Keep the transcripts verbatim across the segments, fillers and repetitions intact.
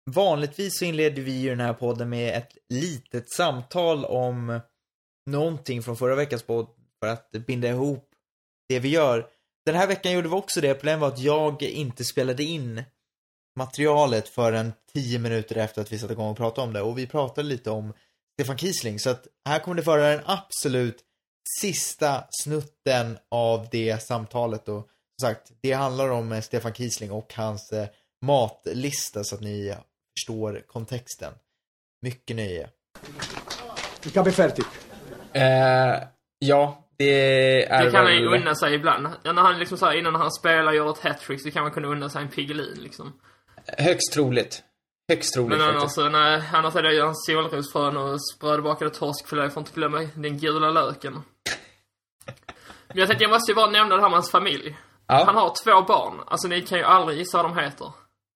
vanligtvis så inleder vi ju den här podden med ett litet samtal om någonting från förra veckans podd för att binda ihop det vi gör. Den här veckan gjorde vi också det. Problemet var att jag inte spelade in materialet förrän tio minuter efter att vi satte igång och pratade om det. Och vi pratade lite om Stefan Kiesling. Så att här kommer det föra den absolut sista snutten av det samtalet. Och som sagt, det handlar om Stefan Kiesling och hans eh, matlista så att ni förstår kontexten. Mycket nöje. Det kan bli färdigt. Uh, ja, det är det kan väl... han ju unna sig ibland. Ja, när han liksom så här, innan han spelar och gör ett hattrick så kan man kunna unna sig en Piggelin liksom. Högst troligt. Högst troligt. Men annars, nej, annars är det ju hans solrosfrön och sprödbakade torskfilé. Jag får inte glömma den gula löken. Men jag tänkte jag måste ju bara nämna det här med hans familj. Ja. Han har två barn. Alltså ni kan ju aldrig gissa vad de heter.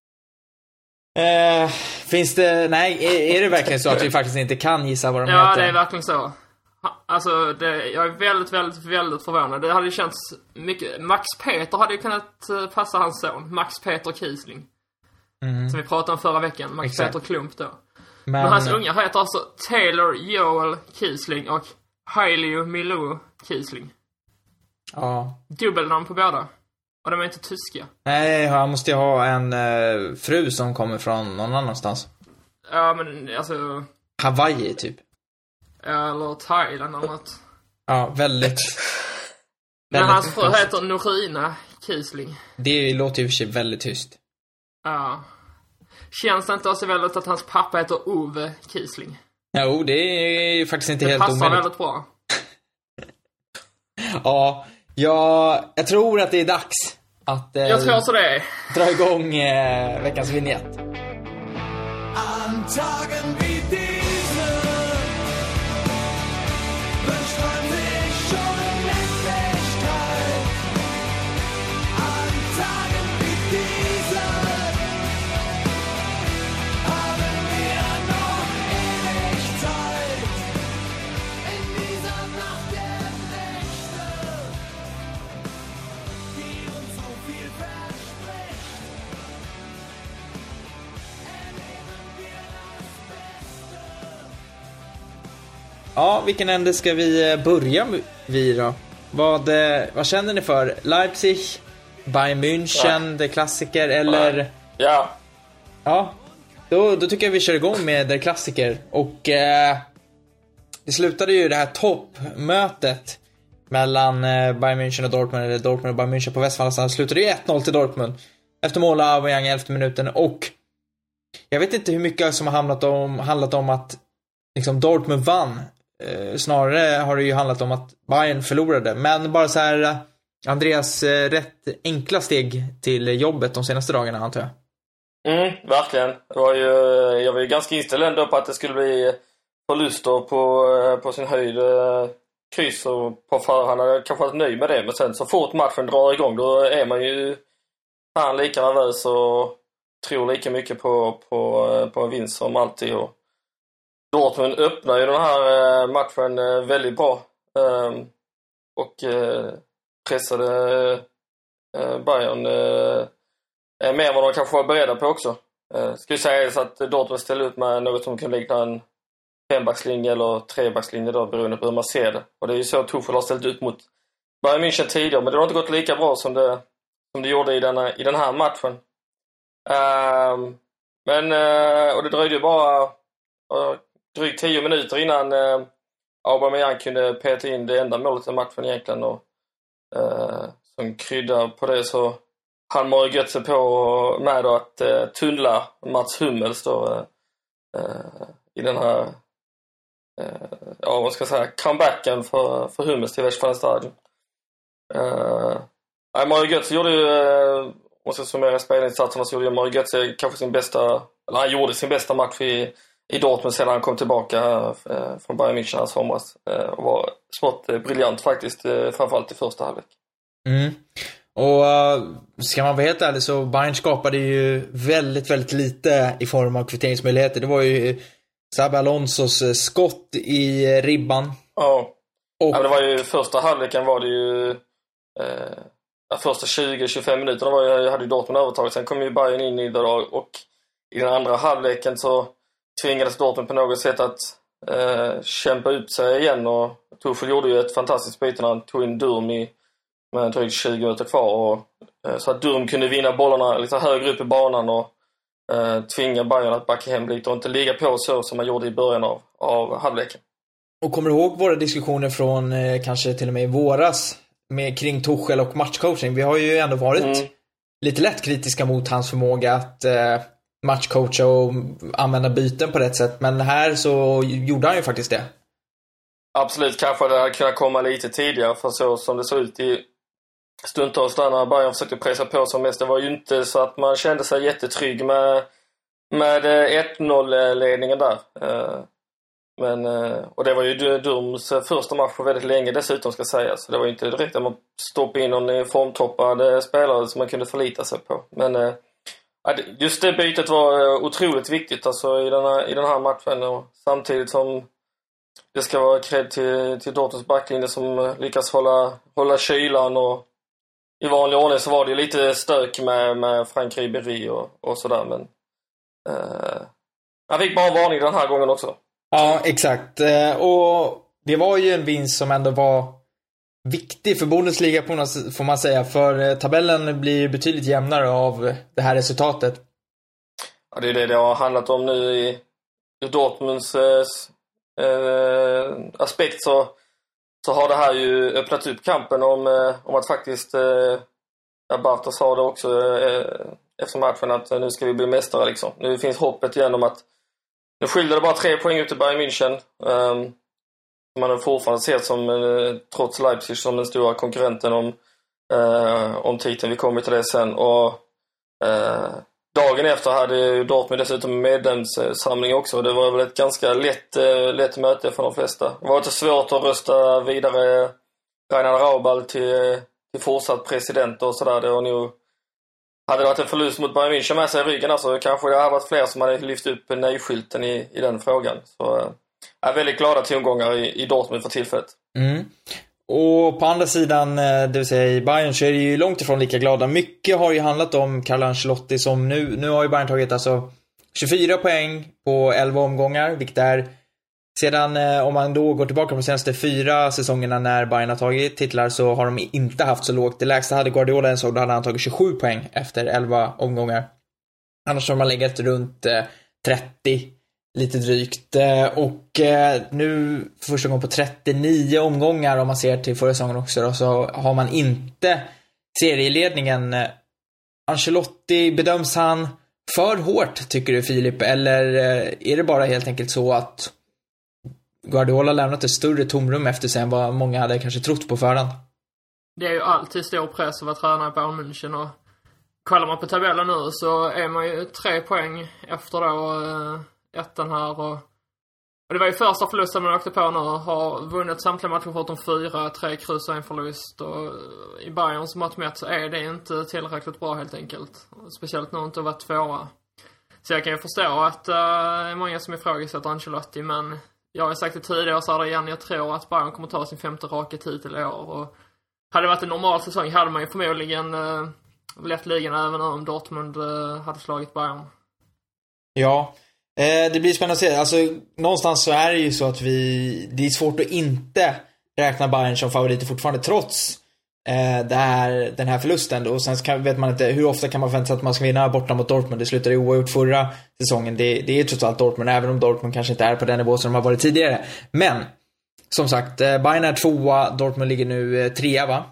Uh, finns det... Nej, är, är det verkligen så att vi faktiskt inte kan gissa vad de ja, heter? Ja, det är verkligen så. Alltså, det, jag är väldigt, väldigt, väldigt förvånad. Det hade ju känts mycket... Max Peter hade ju kunnat passa hans son. Max Peter Kiesling. Mm. Som vi pratade om förra veckan. Max Exakt. Peter Klump då. Men... Men hans unga heter alltså Taylor Joel Kiesling och Hailey Milou Kiesling. Ja. Dubbelnamn på båda. Och de är inte tyska. Nej, han måste ju ha en uh, fru som kommer från någon annanstans. Ja, men alltså... Hawaii, typ. Eller Thailand eller något. Ja, väldigt... Men väldigt hans fru heter Norina Kiesling. Det låter ju för sig väldigt tyst. Ja. Känns det inte också väldigt att hans pappa heter Ove Kiesling? Jo, det är ju faktiskt inte det helt omöjligt. Det passar väldigt bra. Ja, jag, jag tror att det är dags att eh, jag tror också det är. dra igång eh, veckans vignett. Antagen wie diese wünscht man sich schon Endlichkeit. Antagen wie diese haben wir noch ewig Zeit. In dieser Nacht der Nächte, die uns so viel verspricht. Ja, vilken ände ska vi börja vid då? Vad, vad känner ni för? Leipzig, Bayern München, ja. Det klassiker eller... Ja. Ja, då, då tycker jag vi kör igång med det klassiker. Och eh, det slutade ju det här toppmötet mellan eh, Bayern München och Dortmund, eller Dortmund och Bayern München på Westfalen. Slutade ju ett noll till Dortmund efter mål av Aubameyang i elfte minuten. Och jag vet inte hur mycket som har handlat om, handlat om att liksom Dortmund vann. Eh, snarare har det ju handlat om att Bayern förlorade. Men bara så här, Andreas, eh, rätt enkla steg till jobbet de senaste dagarna, antar jag. Mm, verkligen. Det var ju, jag var ju ganska inställd ändå på att det skulle bli förluster på, på sin höjd. Kryss och på förhand hade jag kanske varit nöjd med det. Men sen så fort matchen drar igång, då är man ju fan lika nervös och tror lika mycket på, på, på en vinst som alltid. Och Dortmund öppnar ju den här matchen väldigt bra och pressade Bayern mer än vad de kanske var beredda på också. Ska ju säga så att Dortmund ställde ut med något som kan likna en fembackslinje eller trebackslinje då, beroende på hur man ser det. Och det är ju så Tuchel har ställt ut mot Bayern München tidigare, men det har inte gått lika bra som det, som det gjorde i, denna, i den här matchen. Men, och det dröjde ju bara drygt tio minuter innan eh, Aubameyang kunde peta in det enda målet i matchen egentligen, och eh, som kryddar på det så han må ju gött sig på med då att eh, tunnla Mats Hummels då eh, i den här eh, ja, vad ska jag säga, comebacken för, för Hummels till Westfalenstadion. Eh, nej, Mario Götze gjorde ju eh, måste summera spelinsatserna, så gjorde ju Mario Götze kanske sin bästa, eller han gjorde sin bästa match i i Dortmund sedan han kom tillbaka eh, från Bayern München här somras, eh, och var smått eh, briljant faktiskt, eh, framförallt i första halvlek. Mm. Och uh, ska man vara helt ärlig så Bayern skapade ju väldigt, väldigt lite i form av kvitteringsmöjligheter. Det var ju Xabi Alonsos skott i ribban. Ja, och... ja, men det var ju första halvleken var det ju eh, första tjugo till tjugofem minuterna var ju, hade ju Dortmund övertaget. Sen kom ju Bayern in i det och i den andra halvleken så tvingades Dortmund på något sätt att eh, kämpa ut sig igen, och Tuchel gjorde ju ett fantastiskt byte när han tog in Durm i, med drygt tjugo minuter kvar, och, eh, så att Durm kunde vinna bollarna lite högre upp i banan och eh, tvinga Bayern att backa hem lite och inte ligga på så som man gjorde i början av, av halvleken. Och kommer du ihåg våra diskussioner från eh, kanske till och med i våras med, kring Tuchel och matchcoaching? Vi har ju ändå varit mm. lite lätt kritiska mot hans förmåga att eh, matchcoacha och använda byten på rätt sätt. Men här så gjorde han ju faktiskt det. Absolut, kanske det hade kunnat komma lite tidigare, för så som det såg ut i stundtals där när Bayern försökte pressa på som mest. Det var ju inte så att man kände sig jättetrygg med, med ett noll-ledningen där. Men, och det var ju Durms första match för väldigt länge dessutom, ska sägas. Så det var ju inte direkt att man stoppade in någon formtoppad spelare som man kunde förlita sig på. Men just det bytet var otroligt viktigt alltså i den här, i den här matchen, och samtidigt som det ska vara cred till, till Dortmunds backlinje som lyckas hålla, hålla kylan, och i vanlig ordning så var det lite stök med, med Frank Ribéry och, och sådär, men eh, han fick bara varning den här gången också. Ja, exakt. Och det var ju en vinst som ändå var viktig för Bundesliga på något, får man säga, för tabellen blir betydligt jämnare av det här resultatet. Ja, det är det det har handlat om nu i, i Dortmunds eh, eh, aspekt, så, så har det här ju öppnat upp kampen om, eh, om att faktiskt eh, ja, Bartos sa det också eh, efter matchen, att nu ska vi bli mästare liksom. Nu finns hoppet igen om att nu skiljer det bara tre poäng ut till Bayern München. Um, man har fortfarande sett som, eh, trots Leipzig, som den stora konkurrenten om, eh, om titeln. Vi kommer till det sen. Och eh, dagen efter hade Dortmund dessutom medlemssamling också. Det var väl ett ganska lätt, eh, lätt möte för de flesta. Det var inte svårt att rösta vidare Reinhard Raubal till, till fortsatt president och sådär. Det var nog, hade det varit en förlust mot Bayern München med sig i ryggen, alltså, kanske det hade varit fler som hade lyft upp nej-skylten i, i den frågan. Så eh, jag är väldigt glada tongångar i, i Dortmund för tillfället. Mm. Och på andra sidan, det vill säga i Bayern, så är det ju långt ifrån lika glada. Mycket har ju handlat om Carlo Ancelotti, som nu, nu har ju Bayern tagit alltså tjugofyra poäng på elva omgångar, vilket är sedan, om man då går tillbaka på de senaste fyra säsongerna när Bayern har tagit titlar, så har de inte haft så lågt. Det lägsta hade Guardiola en såg, då hade han tagit tjugosju poäng efter elva omgångar. Annars har man legat runt trettio, lite drygt. Och nu första gången på trettionio omgångar, om man ser till förra säsongen också då, så har man inte serieledningen. Ancelotti, bedöms han för hårt, tycker du, Filip? Eller är det bara helt enkelt så att Guardiola lämnat ett större tomrum efter sig än vad många hade kanske trott på förhand? Det är ju alltid stor press att vara tränare i Bayern München, och kollar man på tabellen nu så är man ju tre poäng efter då ettan här, och, och det var ju första förlusten man åkte på nu, har vunnit samtliga matcher förutom fyra, tre kryss och en förlust, och i Bayerns mått mätt så är det inte tillräckligt bra helt enkelt, speciellt när inte att vara tvåa. Så jag kan ju förstå att det uh, är många som ifrågasätter Ancelotti, men jag har sagt det tidigare, så är det igen, jag tror att Bayern kommer ta sin femte raka titel i år, och hade det varit en normal säsong hade man ju förmodligen uh, lett ligan även om Dortmund uh, hade slagit Bayern. Ja, eh, det blir spännande att se. Alltså, någonstans så är det ju så att vi, det är svårt att inte räkna Bayern som favoriter fortfarande, trots eh, det här, den här förlusten. Och sen kan, vet man inte hur ofta kan man förvänta sig att man ska vinna borta mot Dortmund. Det slutade ju oavgjort förra säsongen. Det, det är trots allt Dortmund, även om Dortmund kanske inte är på den nivå som de har varit tidigare. Men som sagt, eh, Bayern är tvåa, Dortmund ligger nu eh, trea, va?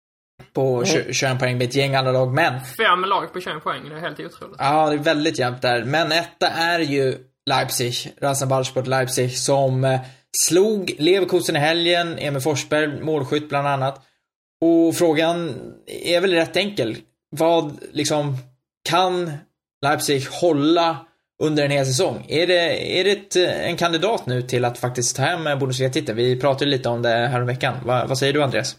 På mm. tjugoen poäng med ett gäng andra lag, men fem lag på tjugoen poäng, det är helt otroligt. Ja, det är väldigt jämnt där. Men etta är ju Leipzig, Rasenballsport Leipzig, som eh, slog Leverkusen i helgen, Emil Forsberg, målskytt bland annat. Och frågan är väl rätt enkel. Vad liksom kan Leipzig hålla under en hel säsong? Är det, är det ett, en kandidat nu till att faktiskt ta hem Bundesliga-titeln? Vi pratade lite om det här om veckan. Va, vad säger du, Andreas?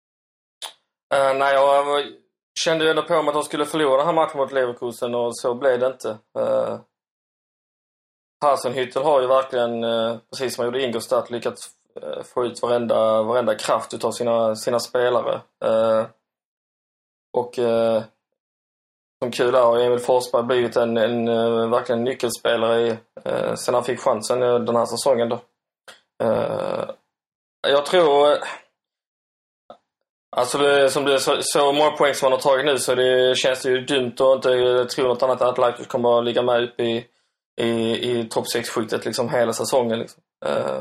Uh, nej, jag var, kände ju ändå på mig att de skulle förlora den här matchen mot Leverkusen, och så blev det inte. Uh, Hasenhüttl har ju verkligen, uh, precis som han gjorde i Ingolstadt, lyckats uh, få ut varenda, varenda kraft utav sina, sina spelare. Uh, och uh, som kul är, har Emil Forsberg blivit en, en, en verkligen nyckelspelare i, eh, sen han fick chansen den här säsongen då. Eh, jag tror alltså det, som det är så, så många poäng som man har tagit nu, så det känns det ju dumt och inte tro något annat än att Leipzig kommer att ligga med upp i, i, i topp sex-skiktet liksom hela säsongen liksom. Eh,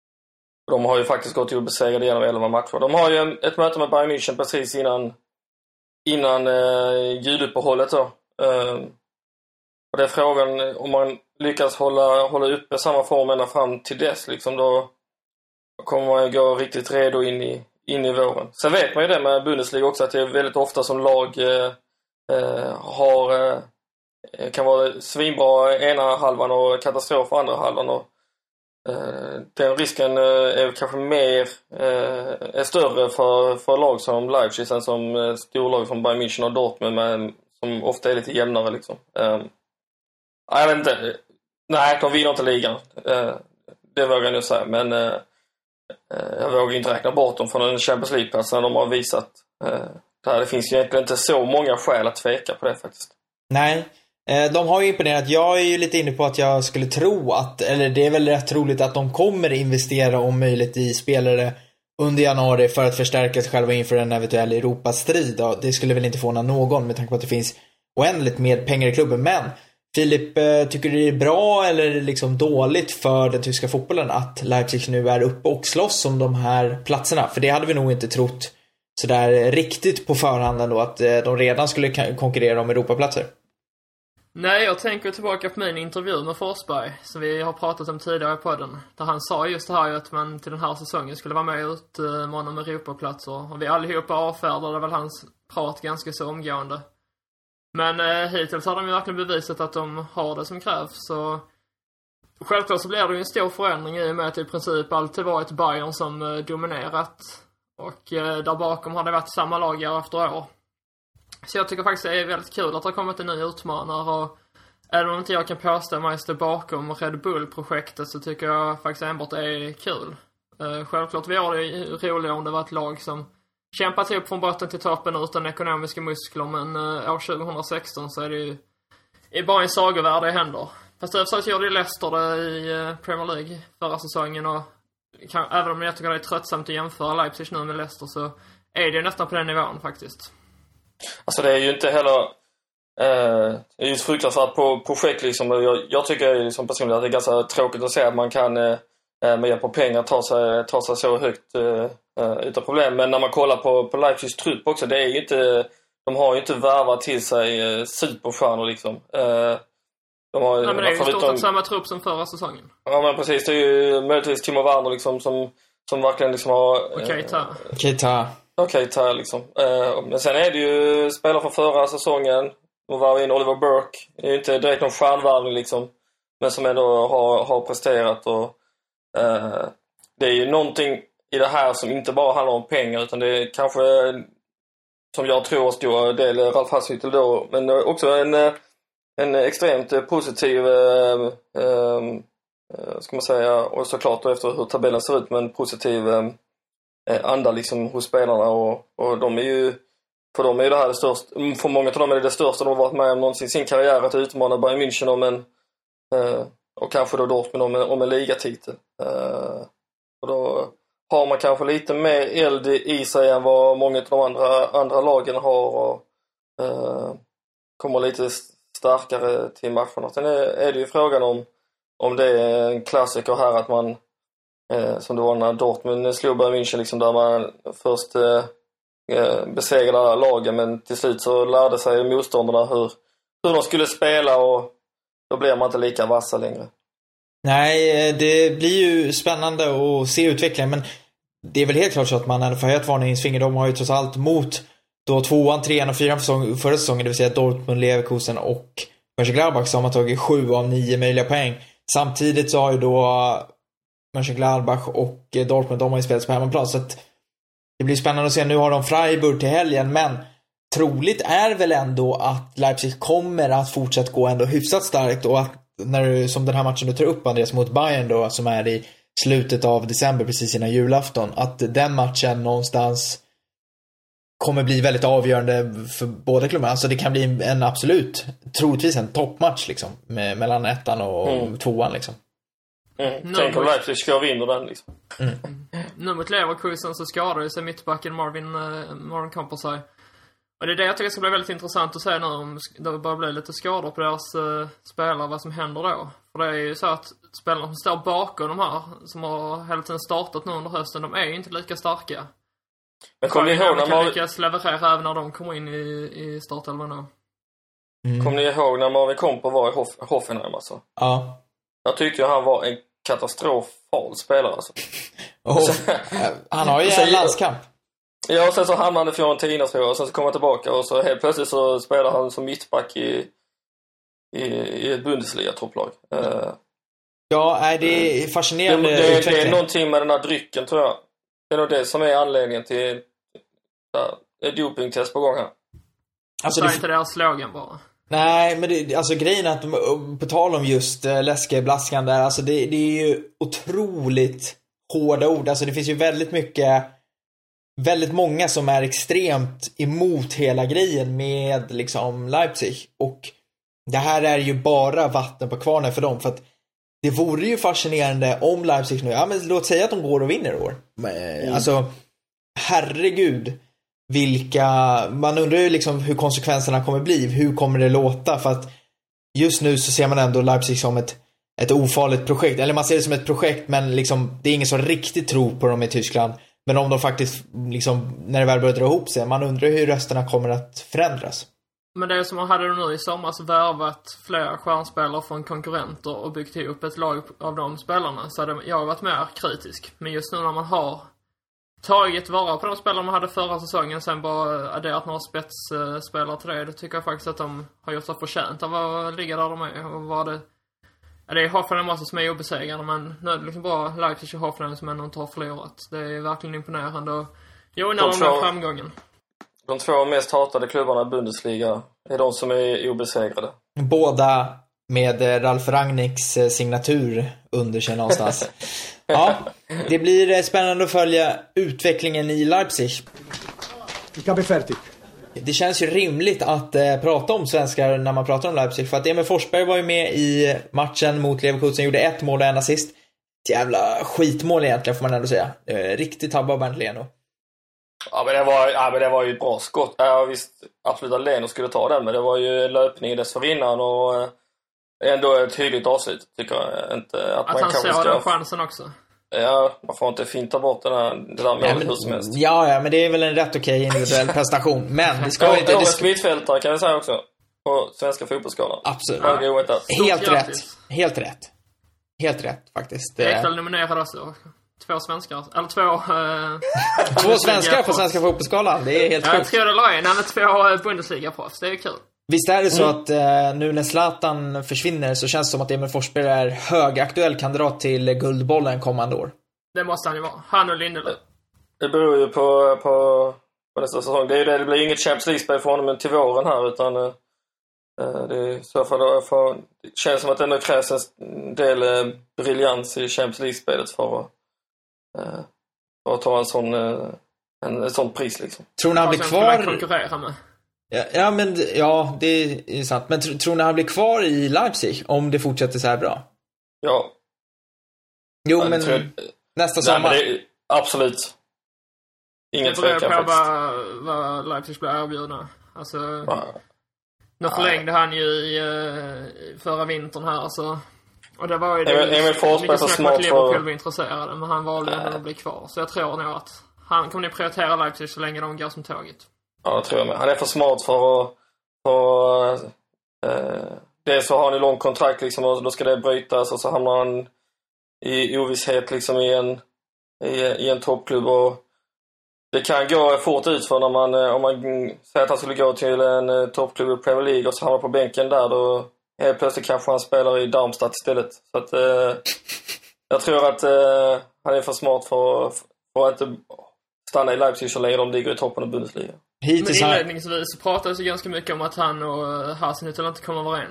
de har ju faktiskt gått och besegrade genom elva matcher. De har ju ett möte med Bayern München precis innan innan eh, juluppehållet då. Eh, och det är frågan om man lyckas hålla, hålla uppe samma form ända fram till dess liksom, då kommer man ju gå riktigt redo in i, in i våren. Sen vet man ju det med Bundesliga också, att det är väldigt ofta som lag eh, eh, har eh, kan vara svinbra ena halvan och katastrof andra halvan, och eh, den risken eh, är kanske mer eh, är större för, för lag som Leipzig än som eh, storlag som Bayern München och Dortmund, med, som ofta är lite jämnare liksom. Eh, jag vet inte. Nej, de vinner inte ligan. Eh, det vågar jag nu säga, men eh, jag vågar inte räkna bort dem från en Champions League-plats när de har visat. Eh, där det finns ju egentligen inte så många skäl att tveka på det faktiskt. Nej, eh, de har ju imponerat. Jag är ju lite inne på att jag skulle tro att, eller det är väl rätt troligt att de kommer investera om möjligt i spelare under januari för att förstärka sig själva inför en eventuell Europastrid. Det skulle väl inte få någon med tanke på att det finns oändligt med pengar i klubben. Men Filip, tycker du det är bra eller liksom dåligt för den tyska fotbollen att Leipzig nu är uppe och slåss om de här platserna? För det hade vi nog inte trott sådär riktigt på förhand ändå, att de redan skulle konkurrera om Europaplatser. Nej, jag tänker tillbaka på min intervju med Forsberg som vi har pratat om tidigare på podden, där han sa just det här att man till den här säsongen skulle vara med ut med om Europaplatser, och vi allihopa avfärdade väl hans prat ganska så omgående. Men eh, hittills har de ju verkligen bevisat att de har det som krävs. Så självklart så blir det ju en stor förändring i och med att det i princip alltid varit Bayern som eh, dominerat. Och eh, där bakom har det varit samma lag år efter år. Så jag tycker faktiskt det är väldigt kul att det har kommit en ny utmanare. Och även om inte jag kan påstå mig stå bakom Red Bull-projektet, så tycker jag faktiskt enbart det är kul. Eh, självklart vi har det roligt om det var ett lag som kämpat upp från botten till toppen utan ekonomiska muskler, men uh, år tjugohundrasexton så är det ju är bara en sagovärld i händer. Fast det så gjorde ju Leicester det i uh, Premier League förra säsongen, och kan, även om jag tycker det är tröttsamt att jämföra Leipzig nu med Leicester, så är det ju nästan på den nivån faktiskt. Alltså det är ju inte heller eh, det är ju fruktansvärt på projekt liksom. Jag, jag tycker liksom personligen att det är ganska tråkigt att se att man kan eh, med hjälp av pengar ta sig, ta sig så högt eh, utan problem. Men när man kollar på, på Leipzigs trupp också, det är ju inte, de har ju inte värvat till sig eh, superstjärnor liksom. Eh, de har, Nej, men det är ju förutom, stort sett samma trupp som förra säsongen. Ja men precis, det är ju möjligtvis Timo Werner liksom som, som verkligen liksom har... Och Keita. Eh, Keita. Och Keita liksom. Eh, men sen är det ju spelare från förra säsongen. Och var in Oliver Burke. Det är ju inte direkt någon stjärnvärvning liksom. Men som ändå har, har presterat och eh, det är ju någonting i det här som inte bara handlar om pengar, utan det är kanske, som jag tror, stor del Ralf Hasenhüttl då, men också en, en extremt positiv eh, eh, ska man säga, och såklart då efter hur tabellen ser ut, men positiv eh, anda liksom hos spelarna, och, och de är ju, för dem är det här det största, för många av dem är det det största de har varit med om någonsin i sin karriär, att utmana Bayern München om en eh, och kanske då Dortmund om en, om en ligatitel. Eh, och då har man kanske lite mer eld i sig än vad många av de andra, andra lagen har, och eh, kommer lite starkare till matcherna. Sen är, är det ju frågan om, om det är en klassiker här att man, eh, som det var när Dortmund slog Bayern München, liksom, där man först eh, besegrade alla lagen, men till slut så lärde sig motståndarna hur, hur de skulle spela, och då blir man inte lika vassa längre. Nej, det blir ju spännande att se utvecklingen, men det är väl helt klart så att man hade förhöjt varningsfinger. De har ju trots allt mot då tvåan, trean och fyran för förra säsongen, det vill säga Dortmund, Leverkusen och Mönchengladbach, som har tagit sju av nio möjliga poäng. Samtidigt så har ju då Mönchengladbach och Dortmund, de har ju spelat på hemmaplan, så att det blir spännande att se. Nu har de Freiburg till helgen, men troligt är väl ändå att Leipzig kommer att fortsätta gå ändå hyfsat starkt, och att när du, som den här matchen du tar upp, Andreas, mot Bayern då, som är i slutet av december precis innan julafton, att den matchen någonstans kommer bli väldigt avgörande för båda klubbarna. Alltså det kan bli en absolut, troligtvis en toppmatch liksom, med, mellan ettan och mm. tvåan liksom. Mm. Tänk om Leipzig ska vinna den liksom. Mm. Nu mot Leverkusen så skadar ju sig mittbacken Marvin, uh, Marvin Kampersaj. Och det är det jag tycker ska bli väldigt intressant att se nu om det bara blir lite skador på deras uh, spelare, vad som händer då. För det är ju så att spelarna som står bakom de här, som har hela tiden startat nu under hösten, de är ju inte lika starka. Men kommer ni ihåg när man lyckas leverera även när de kommer in i, i startelvan nu? Mm. Kommer ni ihåg när Marvin Komper var i Hoff, Hoffenheim alltså? Ja. Jag tyckte ju han var en katastrofal spelare alltså. Oh. Så, han har ju en landskamp. Ja, och sen så hamnade han i Fiorentina tror jag, och sen så kom han tillbaka och så helt plötsligt så spelar han som mittback i i, i ett Bundesliga-topplag. Uh, ja, är det är fascinerande det, det, utveckling. Det är någonting med den här drycken tror jag. Det är nog det som är anledningen till uh, ett dopingtest på gång här. Alltså, det är inte deras slogan bara. Nej, men det, alltså grejen är att de, på tal om just uh, läskeblaskan där, alltså det, det är ju otroligt hårda ord. Alltså det finns ju väldigt mycket, väldigt många som är extremt emot hela grejen med liksom Leipzig. Och det här är ju bara vatten på kvarnen för dem. För att det vore ju fascinerande om Leipzig nu, ja men låt säga att de går och vinner i år. Mm. Alltså, herregud. Vilka, man undrar ju liksom hur konsekvenserna kommer bli. Hur kommer det låta? För att just nu så ser man ändå Leipzig som ett, ett ofarligt projekt. Eller man ser det som ett projekt, men liksom, det är ingen som riktigt tror på dem i Tyskland. Men om de faktiskt, liksom, när det väl börjar dra ihop sig, man undrar hur rösterna kommer att förändras. Men det är som man hade nu i sommar, värvat flera stjärnspelare från konkurrenter och byggt upp ett lag av de spelarna, så hade jag varit mer kritisk. Men just nu när man har tagit vara på de spelare man hade förra säsongen, sen bara adderat några spetsspelare till det, då tycker jag faktiskt att de har gjort sig förtjänt av att ligga där de är. Och var det, ja, det är Hoffenheim också som är obesegrade, men nu är det liksom bara Leipzig och Hoffenheim som ändå inte har förlorat. Det är verkligen imponerande och jo, när de har framgången. De två mest hatade klubbarna i Bundesliga är de som är obesegrade. Båda med Ralf Rangnicks signatur under sig någonstans. Ja, det blir spännande att följa utvecklingen i Leipzig. Det känns ju rimligt att eh, prata om svenskar när man pratar om Leipzig. För att Emil Forsberg var ju med i matchen mot Leverkusen, gjorde ett mål och en assist. Ett jävla skitmål egentligen får man ändå säga. Eh, riktigt tabba av Bernt Leno. Ja men, det var, ja, men det var ju ett bra skott. Ja, visst, absolut att Leno skulle ta den, men det var ju löpning dessförinnan och eh, ändå ett tydligt avslut, tycker jag. Inte att, att man han kanske såg ska... den chansen också. Ja, man får inte finta bort den där, det där målet hur som helst. Ja, ja, men det är väl en rätt okej individuell prestation. Men det ska ja, inte... Årets mittfältare kan vi säga också. På svenska fotbollsskalan. Absolut. Ja. Helt rätt. Helt rätt. Helt rätt, faktiskt. Ekdal nominerad också. Två svenskar. Eller två... Eh, två svenskar på svenska fotbollsskalan. Det är helt ja, sjukt. Jag tror det la in. Nej, men två Bundesliga-proffs. Det är kul. Visst är det så mm. att eh, nu när Zlatan försvinner så känns det som att Emil Forsberg är högaktuell kandidat till Guldbollen kommande år. Det måste han ju vara. Han och Lindelöf. Det beror ju på, på, på nästa säsong. Det är ju det, det blir inget Champions League-spel från men till våren här, utan eh, det är så för, för det känns som att det ändå krävs en del eh, briljans i Champions League-spelet för att, eh, för att ta en sån, eh, en, en sån pris liksom. Tror ni han blir kvar? Konkurrera med. Ja, ja, men ja, det är sant. Men tr- tror ni han blir kvar i Leipzig om det fortsätter så här bra? Ja. Jo, men, men jag... nästa sommar. Nej, men det, absolut. Inget det beror tvekan på faktiskt. vad, vad Leipzig blir erbjudna. Alltså, ja. nu förlängde han ju i uh, förra vintern här, alltså. Och det var ju Emil, Emil Forsberg för smart för... Liverpool var intresserade, men han valde ändå att bli kvar. Så jag tror nog att han kommer att prioritera Leipzig så länge de går som tåget. Ja, det tror jag med. Han är för smart för att... För, eh, dels så har han ju lång kontrakt liksom, och då ska det brytas och så hamnar han i ovisshet liksom i en, i, i en toppklubb. Och det kan gå fort ut för när man, om man säger att han skulle gå till en toppklubb i Premier League och så hamnar på bänken där, då helt plötsligt kanske han spelar i Darmstadt istället. Så att eh, jag tror att eh, han är för smart för, för att inte stanna i Leipzig så länge de ligger i toppen av Bundesliga. Men inledningsvis så pratades det ganska mycket om att han och Hasenhüttl inte kommer överens.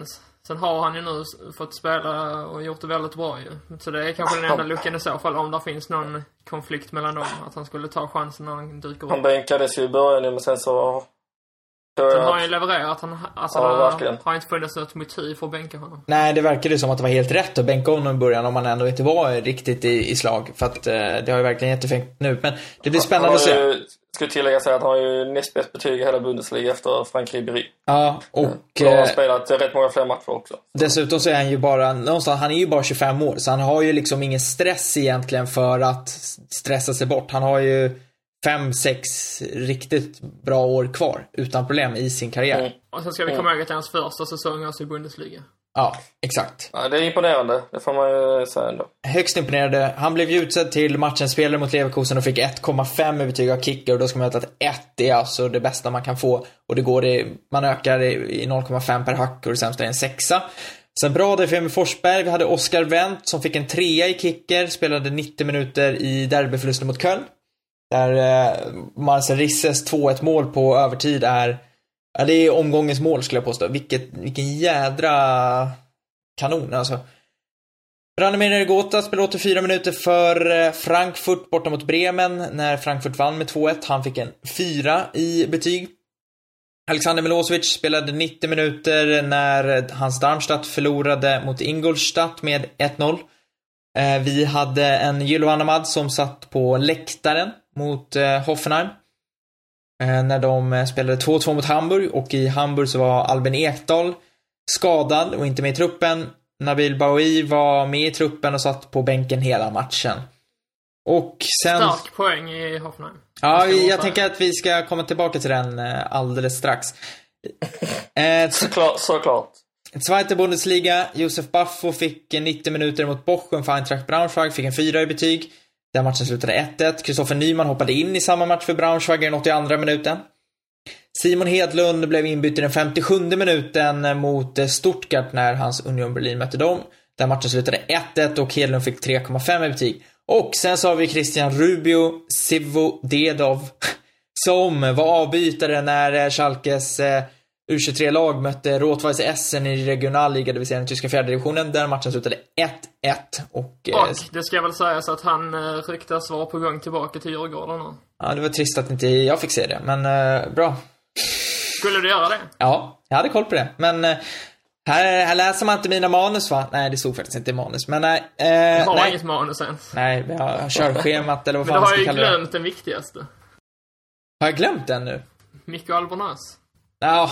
Sen har han ju nu fått spela och gjort det väldigt bra ju. Så det är kanske den enda luckan i så fall, om det finns någon konflikt mellan dem. Att han skulle ta chansen när han dyker upp. Han bänkades ju i början, men sen så... Han har ju levererat. Han, alltså, ja, det har inte funnits något motiv för att bänka honom. Nej, det verkade som att det var helt rätt att bänka honom i början om han ändå inte var riktigt i, i slag. För att eh, det har ju verkligen jättefängt nu. Men det blir spännande att se. Jag skulle tillägga sig att han har ju näst bäst betyg i hela Bundesliga efter Frank Ribéry. Ja, och... Så har han spelat rätt många fler matcher också. Dessutom så är han ju bara, någonstans, han är ju bara tjugofem år. Så han har ju liksom ingen stress egentligen för att stressa sig bort. Han har ju fem, sex riktigt bra år kvar utan problem i sin karriär. Mm. Och sen ska vi komma ihåg att det är hans första säsong alltså i Bundesliga. Ja, exakt. Ja, det är imponerande, det får man ju säga ändå. Högst imponerande. Han blev ju utsedd till matchens spelare mot Leverkusen och fick ett komma fem i betyg av Kicker. Och då ska man veta att ett är alltså det bästa man kan få. Och det går i, man ökar i noll komma fem per hack och det sämsta är en sexa. Sen bra där för Emil Forsberg. Vi hade Oskar Wendt som fick en trea i Kicker. Spelade nittio minuter i derbyförlusten mot Köln. Där eh, Marcel Risses två ett mål på övertid är, ja, det är omgångens mål skulle jag påstå. Vilket, vilken jädra kanon alltså. Branimir Gota spelade åttiofyra minuter för Frankfurt borta mot Bremen när Frankfurt vann med två ett. Han fick en fyra i betyg. Alexander Milosevic spelade nittio minuter när hans Darmstadt förlorade mot Ingolstadt med ett noll. Vi hade en Gilo Anamad som satt på läktaren mot Hoffenheim när de spelade två två mot Hamburg, och i Hamburg så var Albin Ekdal skadad och inte med i truppen. Nabil Baoui var med i truppen och satt på bänken hela matchen. Och sen... Stark poäng i Hoffenheim. Ja, jag tänker att vi ska komma tillbaka till den alldeles strax. Såklart, såklart. Zweite Bundesliga, Josef Baffo fick nittio minuter mot Bochum för Eintracht Braunschweig, fick en fyra i betyg. Den matchen slutade ett ett. Kristoffer Nyman hoppade in i samma match för Braunschweig i den åttioandra minuten. Simon Hedlund blev inbytt i den femtiosjunde minuten mot Stuttgart när hans Union Berlin mötte dem. Den matchen slutade ett ett och Hedlund fick tre komma fem i betyg. Och sen så har vi Christian Rubio Sivodedov som var avbytare när Schalkes eh, U tjugotre-lag mötte Rot-Weiss Essen i regionalliga, det vill säga den tyska fjärde divisionen, där matchen slutade ett ett. Och, eh, och det ska väl sägas att han eh, ryktas vara på gång tillbaka till Djurgården nu. Ja, det var trist att inte jag fick se det, men eh, bra. Skulle du göra det? Ja, jag hade koll på det, men eh, här, här läser man inte mina manus, va? Nej, det stod faktiskt inte i manus, men nej. Eh, jag har nej. inget manus ens. Nej, vi har körschemat eller vad men fan du man har ska ju kalla det. glömt den viktigaste. Har jag glömt den nu? Mikko Albornoz. Ja.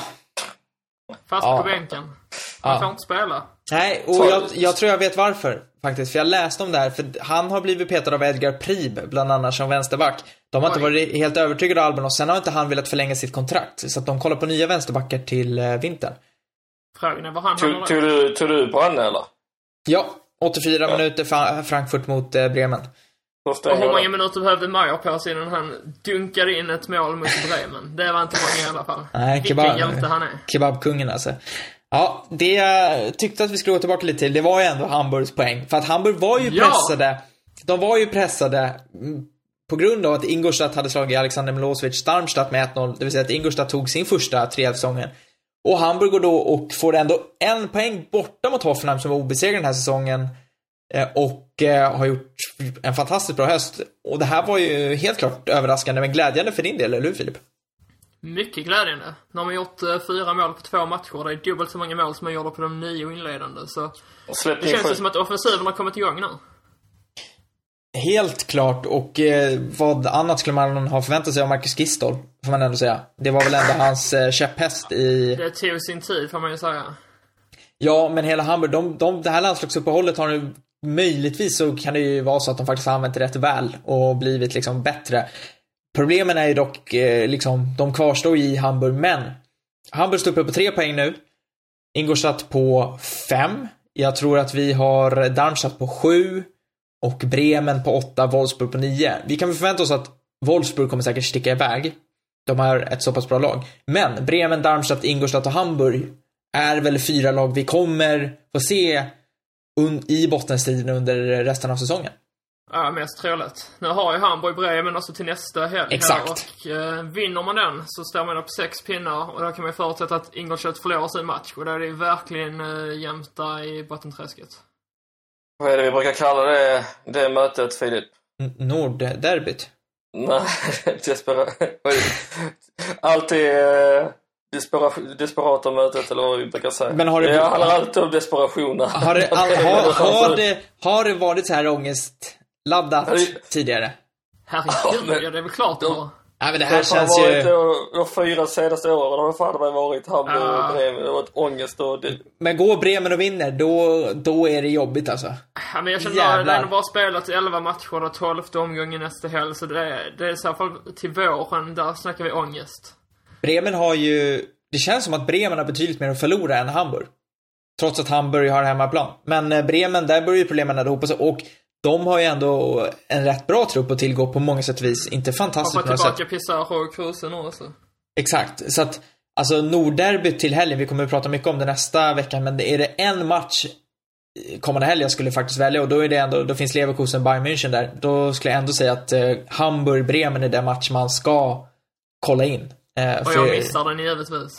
Fast Ja. på bänken. Han Ja. får inte spela. Nej, och jag, jag tror jag vet varför faktiskt. För jag läste om det här. För han har blivit petad av Edgar Prib, bland annat som vänsterback. De har Oj. inte varit helt övertygade av Alben, och sen har inte han velat förlänga sitt kontrakt. Så att de kollar på nya vänsterbackar till eh, vintern. Frågan är vad han Tog, hamnar tog, där. du, tog du på han eller? Ja, åttiofyra Ja. minuter för Frankfurt mot eh, Bremen. Hur Och stänger hur många det? minuter behövde Major på sig innan han dunkade in ett mål mot Bremen? Det var inte många i alla fall. Nej, Vilken kebab, hjälte han är. kebabkungen alltså. Ja, det jag tyckte att vi skulle gå tillbaka lite till, det var ju ändå Hamburgs poäng. För att Hamburg var ju Ja. pressade. De var ju pressade mm, på grund av att Ingolstadt hade slagit Alexander Milosevic Darmstadt med ett noll. Det vill säga att Ingolstadt tog sin första tre-säsongen. Och Hamburg går då och får ändå en poäng borta mot Hoffenheim som var obesegrad den här säsongen. Eh, Och eh, har gjort en fantastiskt bra höst. Och det här var ju helt klart överraskande, men glädjande för din del, eller hur Filip? Mycket glädjande. Nu har man gjort eh, fyra mål på två matcher. Det är dubbelt så många mål som man gjorde på de nio inledande. Så Släpp det in känns sju. ju som att offensiven har kommit igång nu. Helt klart, och eh, vad annat skulle man ha förväntat sig av Marcus Gistol, får man ändå säga. Det var väl ändå hans eh, käpphäst i... Det tog sin tid, får man ju säga. Ja, men hela Hamburg, de, de, det här landslagsuppehållet har nu möjligtvis, så kan det ju vara så att de faktiskt har använt det rätt väl och blivit liksom bättre. Problemen är ju dock eh, liksom, de kvarstår i Hamburg, men Hamburg står uppe på tre poäng nu. Ingolstadt på fem. Jag tror att vi har Darmstadt på sju och Bremen på åtta, Wolfsburg på nio. Vi kan väl förvänta oss att Wolfsburg kommer säkert sticka iväg. De har ett så pass bra lag. Men Bremen, Darmstadt, Ingolstadt och Hamburg är väl fyra lag vi kommer få se un- i bottenstriden under resten av säsongen. Ja, mest troligt. Nu har ju Hamburg Bremen också till nästa helg. Exakt. Och eh, vinner man den så står man upp sex pinnar. Och då kan man ju förutsätta att Ingolstadt förlorar sin match. Och då är det ju verkligen eh, jämnt där i bottenträsket. Vad är det vi brukar kalla det, det mötet, Filip? N- Nordderbyt. Nej, despera... Alltid eh, despera... desperata mötet, eller vad vi brukar säga. Men har det... Det handlar alltid om desperationer. Har det, all, har, har, det, har det varit så här ångestladdat tidigare? Herregud, men- ja, det är väl klart det var. Nej, men det Det här har fan känns varit ju... de, de fyra senaste åren har det fan det varit Hamburg Ja. och Bremen. Det har varit ångest och det... Men går Bremen och vinner, då, då är det jobbigt alltså. Ja, men jag känner Jävlar. att det har bara spelat elva matcher och tolfte omgången nästa helg. Så det är, det är i så fall till våren, där snackar vi ångest. Bremen har ju... Det känns som att Bremen har betydligt mer att förlora än Hamburg. Trots att Hamburg har hemmaplan. Men eh, Bremen, där börjar ju problemen att hopa sig. Och de har ju ändå en rätt bra trupp att tillgå på många sätt och vis. Inte Har fantastiskt fått på något sätt. tillbaka Pizarro och Kruse nu också. Exakt. Så att, alltså Nordderbyt till helgen, vi kommer att prata mycket om det nästa vecka. Men är det en match kommande helg jag skulle faktiskt välja, och då är det ändå, då finns Leverkusen Bayern München där. Då skulle jag ändå säga att eh, Hamburg-Bremen är den match man ska kolla in. Eh, Och jag missar den givetvis.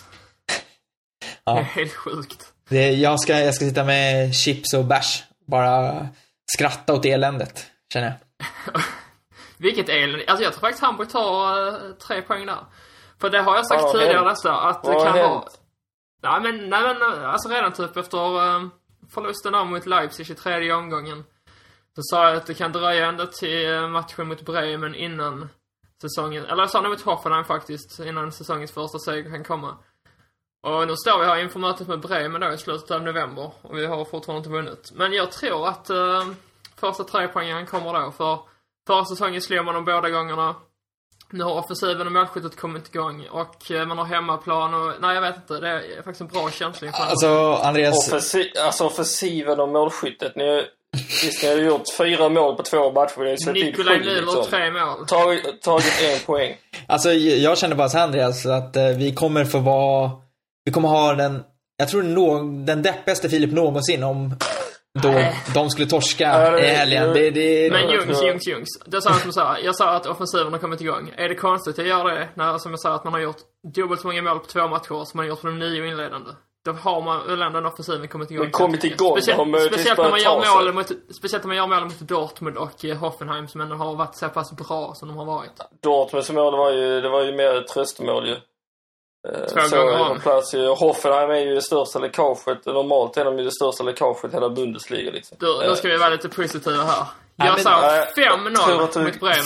Ja. Det är helt sjukt. Det, jag, ska, jag ska sitta med chips och bärs. Bara skratta åt eländet, känner jag. Vilket elände. Alltså jag tror faktiskt Hamburg tar uh, tre poäng där. För det har jag sagt Vad har tidigare hänt? nästa. Att det Vad har kan vara... hänt? Nej men, nej men alltså redan typ efter uh, förlusten av mot Leipzig i tredje omgången. Så sa jag att det kan dröja ända till uh, matchen mot Bremen innan säsongen. Eller jag sa det mot Hoffenheim faktiskt. Innan säsongens första seger kan komma. Och nu står vi här inför mötet med Bremen då i slutet av november. Och vi har fortfarande inte vunnit. Men jag tror att uh, första tre poängen kommer då. För förra säsongen slog man de båda gångerna. Nu har offensiven och målskyttet kommit igång. Och uh, man har hemmaplan och... Nej, jag vet inte. Det är faktiskt en bra känsla inför. Alltså, Andreas... Offensi- alltså offensiven och målskyttet. Ni, visst, ni har gjort fyra mål på två matcher. Det är så Nikolaj sju, Müller liksom. tre mål. Tagit, tagit en poäng. Alltså, jag känner bara så här, Andreas, att eh, vi kommer få vara... Vi kommer ha den... Jag tror nå, den deppigaste Filip någonsin om då de skulle torska Ja, det- i helgen. Det, det, Men jag Jungs, tror- Jungs, Jungs. Det sa jag som sa. Jag sa att offensiven har kommit igång. Är det konstigt att göra det? När, som jag sa, att man har gjort dubbelt så många mål på två matcher som man har gjort på de nio inledande. Då har man väl ändå den offensiven kommit igång. Men kommit igång, har Speciellt, möjligtvis speciellt när man börjat gör ta sig. mål mot, speciellt när man gör mål mot Dortmund och eh, Hoffenheim som ändå har varit så pass bra som de har varit. Dortmunds mål var ju, det var ju mer tröstmål ju. Två Så gånger är om. de plats ju. Hoffenheim är ju det största läckaget. Normalt är de ju det största läckaget i hela Bundesliga liksom. Då, då ska vi vara lite positiva här. Ja, Jag men- sa Nej, jag fem tror noll att du- mot Bremen.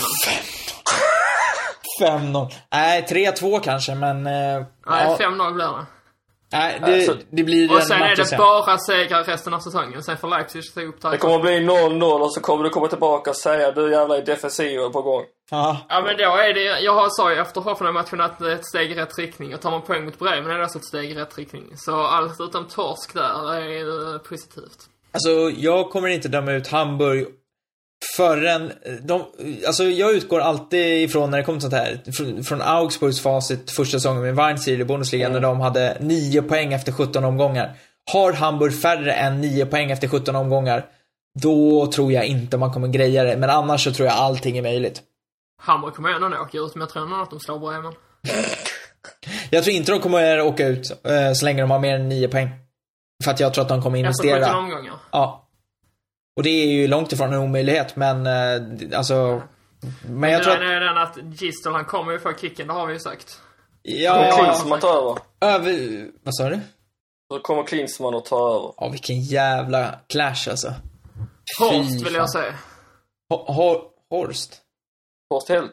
fem noll. Nej, tre två kanske, men... Eh, Nej, ja, fem noll blir det. nej, det, Alltså, det blir Och en sen match är att det se. bara segrar resten av säsongen. Sen får Leipzig ta upp Det där. kommer att bli noll noll och så kommer du komma tillbaka och säga du jävla är defensiv på gång. Ja. Ja men då är det, jag har sa ju efter Hoffenheim-matchen att det är ett steg i rätt riktning. Och tar man poäng mot Bremen är det också ett steg i rätt riktning. Så allt utom torsk där är ju positivt. Alltså, jag kommer inte döma ut Hamburg förrän de, alltså jag utgår alltid ifrån när det kommer till sånt här från, från Augsburgs facit första säsongen med Weinziel i Bundesliga mm. när de hade nio poäng efter sjutton omgångar. Har Hamburg färre än nio poäng efter sjutton omgångar, då tror jag inte man kommer greja det, men annars så tror jag allting är möjligt. Hamburg kommer ändå åka ut, men jag tror ändå att de slår Bremen. Jag tror inte de kommer åka ut eh, så länge de har mer än nio poäng. För att jag tror att de kommer investera. Efter sjutton omgångar. Ja. Och det är ju långt ifrån en omöjlighet, men eh, alltså... Men jag tror att... är den att Gistel, han kommer ju få kicken, det har vi ju sagt. Kommer Ja, Klinsmann att ta över? över... Vad sa du? Så kommer Klinsmann att ta över. Ja, vilken jävla clash alltså. Horst Fy vill fan. jag säga. Ho- Ho- Horst? Horst Helt.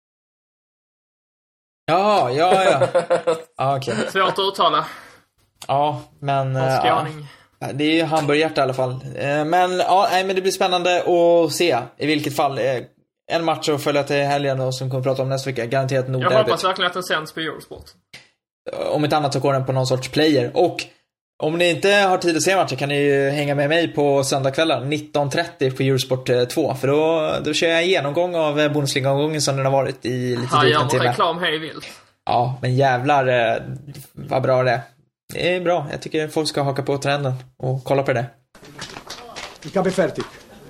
Ja, ja, ja. Ja, okej. Svårt att uttala. Ja, men... eh, ja. Skåning. Det är ju hamburgerhjärta i alla fall. Eh, Men, ja, nej, men det blir spännande att se i vilket fall. Eh, En match att följa till helgen och som kommer att prata om nästa vecka. Garanterat Jag Nordderbyt. hoppas verkligen att den sänds på Eurosport. Om inte annat så går den på någon sorts player. Och om ni inte har tid att se matchen kan ni ju hänga med mig på söndagskvällar nitton trettio på Eurosport två. För då, då kör jag en genomgång av Bundesliga-omgången som den har varit i lite Här drygt gör en man timme. reklam hej vilt. Ja, men jävlar eh, vad bra det är. Det är bra. Jag tycker folk ska haka på trenden och kolla på det. Il capo è fertig.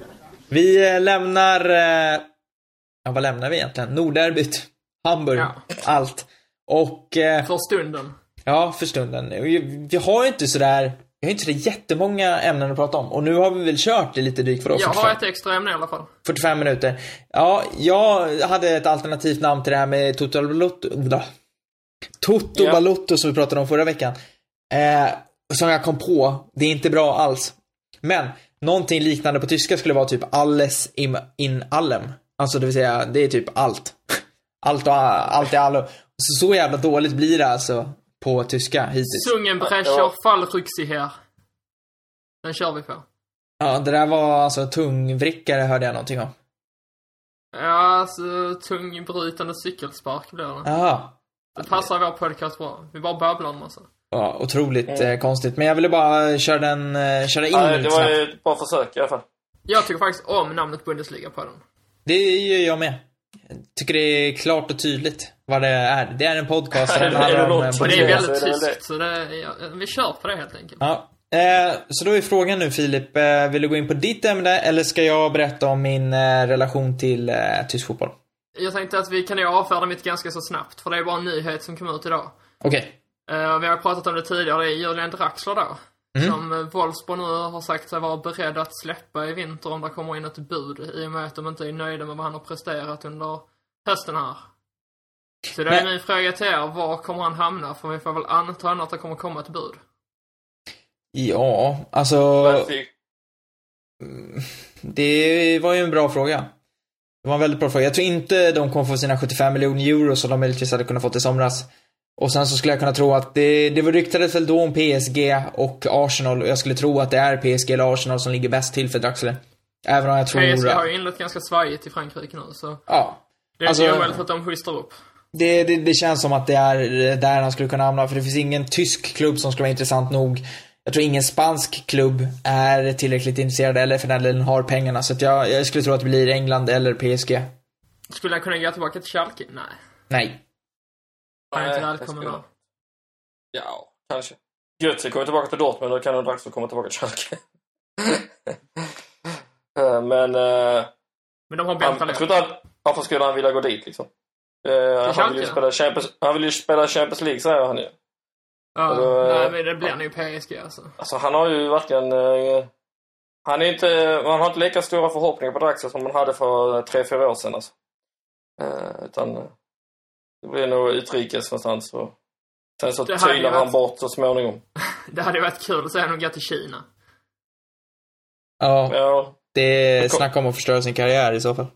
Vi eh, lämnar... Eh, ja, vad lämnar vi egentligen? Nordderbyt, Hamburg, Ja. allt. Och... Eh, För stunden. ja, för stunden. Vi, vi har ju inte sådär... Vi har inte så jättemånga ämnen att prata om. Och nu har vi väl kört det lite drygt för oss. Jag har ett extra ämne i alla fall. fyrtiofem minuter. Ja, jag hade ett alternativt namn till det här med Toto Balotto. Toto Ja. Balotto som vi pratade om förra veckan. Eh, som jag kom på. Det är inte bra alls. Men någonting liknande på tyska skulle vara typ alles im, in allem. Alltså det vill säga, det är typ allt. Allt och allt är allo. Så, så jävla dåligt blir det alltså på tyska hittills. Zungenbrecher Ja. Fallrücksicher. Den kör vi på. Ja, det där var alltså tungvrickare hörde jag någonting om. Ja, alltså tungbrytande cykelspark blir det. Jaha. Det passar vår podcast bra. Vi bara babblar om massa. Ja, otroligt Mm. eh, konstigt. Men jag ville bara köra den, eh, köra in Nej, lite det var snabbt. ju ett bra försök i alla fall. Jag tycker faktiskt om namnet Bundesliga på den. Det gör jag med. Jag tycker det är klart och tydligt vad det är. Det är en podcast som Är det handlar om... något eh, som Och det är Ja, väldigt så är det väl tyskt, så det, ja, vi kör på det helt enkelt. Ja. Eh, så då är frågan nu, Filip. Eh, vill du gå in på ditt ämne eller ska jag berätta om min eh, relation till eh, tysk fotboll? Jag tänkte att vi kan ju avfärda mitt ganska så snabbt, för det är bara en nyhet som kom ut idag. Okej. Uh, vi har pratat om det tidigare, det är Julian Draxler då. Mm. Som uh, Wolfsburg nu har sagt sig vara beredd att släppa i vinter om det kommer in ett bud. I och med att de inte är nöjda med vad han har presterat under hösten här. Så det är Men- min fråga till er, var kommer han hamna? För vi får väl anta att det kommer komma ett bud. Ja, alltså... Verktyg. Det var ju en bra fråga. Det var en väldigt bra fråga. Jag tror inte de kommer få sina sjuttiofem miljoner euro som de möjligtvis hade kunnat fått i somras. Och sen så skulle jag kunna tro att det, det var ryktades väl då om P S G och Arsenal. Och jag skulle tro att det är P S G eller Arsenal som ligger bäst till för Draxler. Även om jag tror... P S G har ju inlett ganska svajigt i Frankrike nu, så Ja. det är Alltså- inte omöjligt att de skystar upp. Det, det, det känns som att det är där han skulle kunna hamna. För det finns ingen tysk klubb som skulle vara intressant nog. Jag tror ingen spansk klubb är tillräckligt intresserad eller för den delen har pengarna. Så att jag, jag skulle tro att det blir England eller P S G. Skulle jag kunna gå tillbaka till Schalke? Nej. Nej. Jag är inte Nej, välkommen det där. skulle- Ja, kanske. Götze kommer tillbaka till Dortmund och kan nog dags att komma tillbaka till Schalke. Eh, Men... eh, Men de har han, bänt jag tror inte han, varför skulle han vilja gå dit liksom? Eh, han vill ju Schalke? spela Champions, han vill ju spela Champions League, säger han ju. Ja, då, eh, nej men det blir nog P S G alltså. Alltså han har ju verkligen... Eh, han är inte... Man har inte lika stora förhoppningar på Draxler som man hade för tre, fyra år sedan alltså. Eh, utan... eh, Det blir nog utrikes någonstans och... Sen så Det hade ju trynar han varit- bort så småningom. Det hade ju varit kul att se honom gå till Kina. Ja, Ja, det snackar om att förstöra sin karriär i så fall.